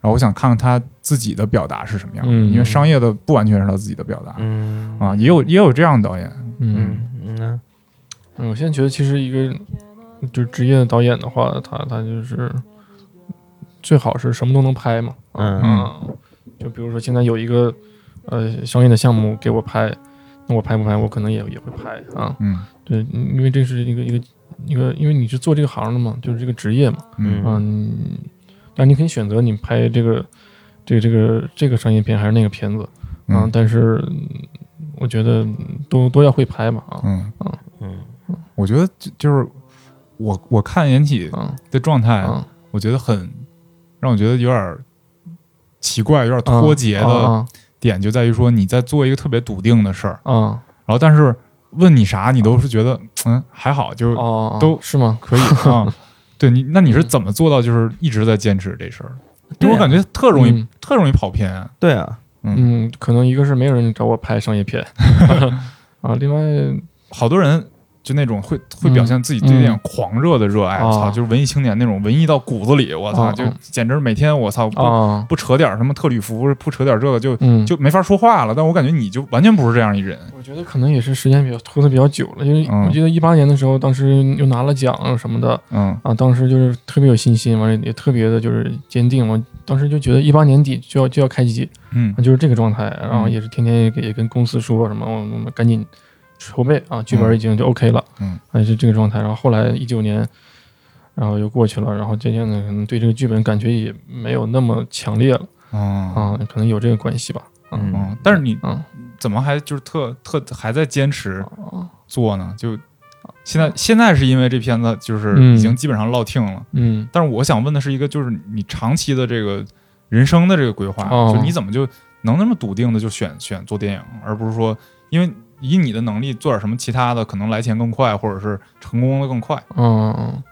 然后我想看看他自己的表达是什么样的， 嗯、 因为商业的不完全是他自己的表达， 嗯啊，也有也有这样的导演， 嗯嗯嗯， 嗯，我现在觉得其实一个就是职业的导演的话，他他就是最好是什么都能拍嘛， 嗯嗯，就比如说现在有一个呃商业的项目给我拍，那我拍不拍，我可能也也会拍啊， 嗯， 对，因为这是一个一个一个，因为你是做这个行的嘛，就是这个职业嘛， 嗯嗯，但你可以选择你拍这个这个这个这个商业片还是那个片子啊， 嗯但是我觉得都都要会拍嘛啊， 嗯嗯嗯， 我觉得就就是我我看延启的状态， 嗯、 我觉得很让我觉得有点奇怪，有点脱节的点就在于说你在做一个特别笃定的事儿， 嗯， 然后但是问你啥你都是觉得嗯还好，就哦都是吗？ 可以啊，对你那你是怎么做到就是一直在坚持这事儿？因为我感觉特容易、 嗯、 特容易跑偏。 对啊， 嗯, 嗯，可能一个是没有人找我拍商业片啊，另外好多人就那种会会表现自己对电影狂热的热爱，我、嗯、操、嗯，就是文艺青年那种文艺到骨子里，我操、嗯，就简直每天我操不、嗯、不扯点什么特吕弗，不扯点这个就、嗯、就没法说话了。但我感觉你就完全不是这样一人。 我觉得可能也是时间比较拖得比较久了，因为我记得一八年的时候，当时又拿了奖什么的，嗯啊，当时就是特别有信心，完了也特别的就是坚定，我当时就觉得一八年底就要就要开机，嗯，就是这个状态，然后也是天天也跟公司说什么，我们赶紧筹备啊，剧本已经就 OK 了，嗯，还是这个状态。然后后来一九年，然后又过去了，然后渐渐的可能对这个剧本感觉也没有那么强烈了，嗯、啊，可能有这个关系吧， 嗯，嗯但是你嗯怎么还就是特特还在坚持做呢？就现在现在是因为这片子就是已经基本上落听了，嗯，但是我想问的是一个就是你长期的这个人生的这个规划，哦、就你怎么就能那么笃定的就选选做电影，而不是说因为以你的能力做点什么其他的，可能来钱更快，或者是成功的更快。 嗯，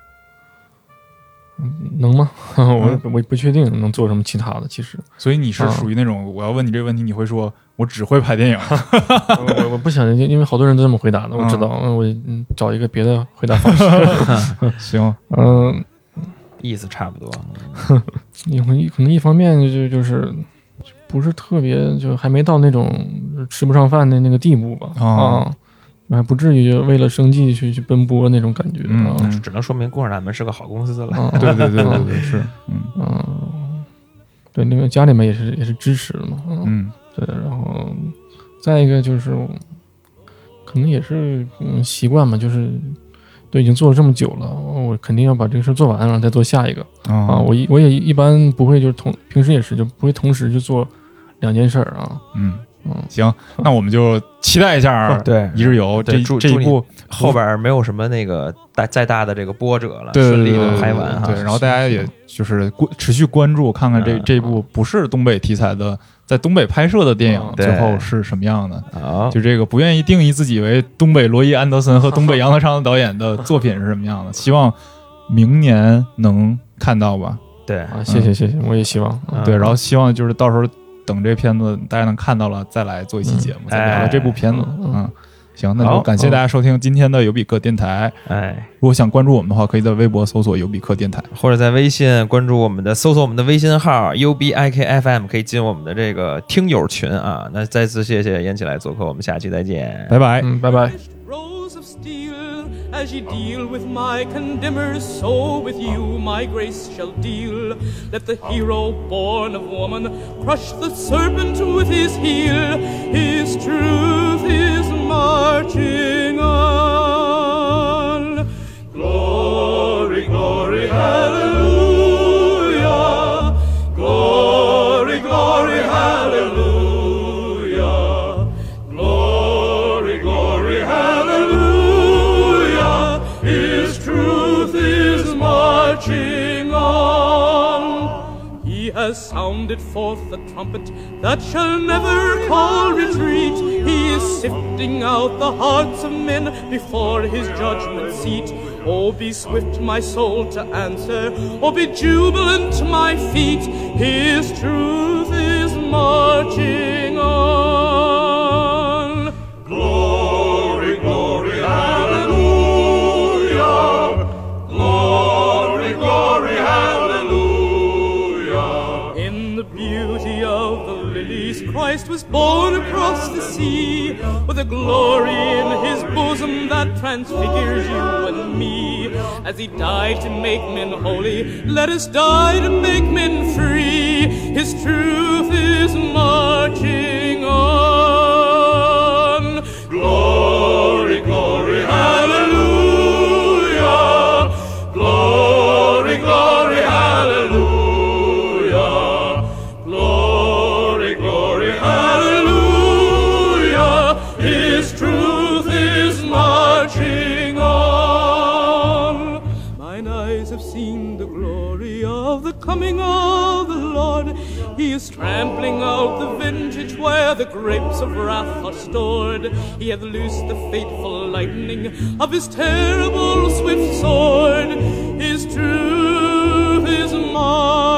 能吗？我我不确定能做什么其他的。其实， 所以你是属于那种，我要问你这个问题，你会说我只会拍电影。 我我不想，因为好多人都这么回答的，我知道。嗯，我找一个别的回答方式。 行， 嗯， 意思差不多。 可能可能一方面就就是不是特别，就还没到那种吃不上饭的那个地步吧。啊。还不至于为了生计去去奔波那种感觉， 嗯， 啊、 只能说明共产党们是个好公司了。 啊、 对对对对对，是，嗯嗯，对，那个家里面也是也是支持嘛，嗯，对，然后再一个就是可能也是嗯习惯嘛，就是都已经做了这么久了，我肯定要把这个事做完，然后再做下一个、哦、啊。我一我也一般不会就是同平时也是就不会同时就做两件事儿啊， 嗯。嗯，行，那我们就期待一下， 对， 一日游这这一部后边没有什么那个大再大的这个波折了， 对顺利的拍完哈。 对，然后大家也就是持续关注，看看这这一部不是东北题材的，在东北拍摄的电影最后是什么样的。就这个不愿意定义自己为东北罗伊·安德森和东北杨德昌的导演的作品是什么样的，希望明年能看到吧。 对， 啊，谢谢谢谢，我也希望。 对，然后希望就是到时候。等这片子大家能看到了，再来做一期节目，嗯、再聊聊这部片子。嗯，嗯行，那就感谢大家收听今天的尤比克电台。 哎， 如果想关注我们的话，可以在微博搜索尤比克电台， 或者在微信关注我们的，搜索我们的微信号 U B I K F M， 可以进我们的这个听友群啊。那再次谢谢妍起来做客，我们下期再见， 拜拜， 嗯，拜拜。 As ye deal with my condemners, so with you my grace shall deal. Let the hero born of woman crush the serpent with his heel. His truth is marching on. Glory, glory, hallelujah. Glory, glory, hallelujah. Glory, glory, hallelujah. His truth is marching on. He has sounded forth the trumpet that shall never call retreat. He is sifting out the hearts of men before his judgment seat. Oh, be swift, my soul, to answer. Oh, be jubilant, my feet. His truth is marching on. Glory, glory, hallelujah. Glory, glory, hallelujah. In Christ was born across the sea, with a glory in his bosom that transfigures you and me. As he died to make men holy, let us die to make men free. His truth is marching on. Glory, glory, hallelujah. Glory, glory, hallelujah. Glory, glory, hallelujah. His truth is marching on. Mine eyes have seen the glory of the coming of the Lord. He is trampling out the vintage where the grapes of wrath are stored. He hath loosed the fateful lightning of his terrible swift sword. His truth is mine.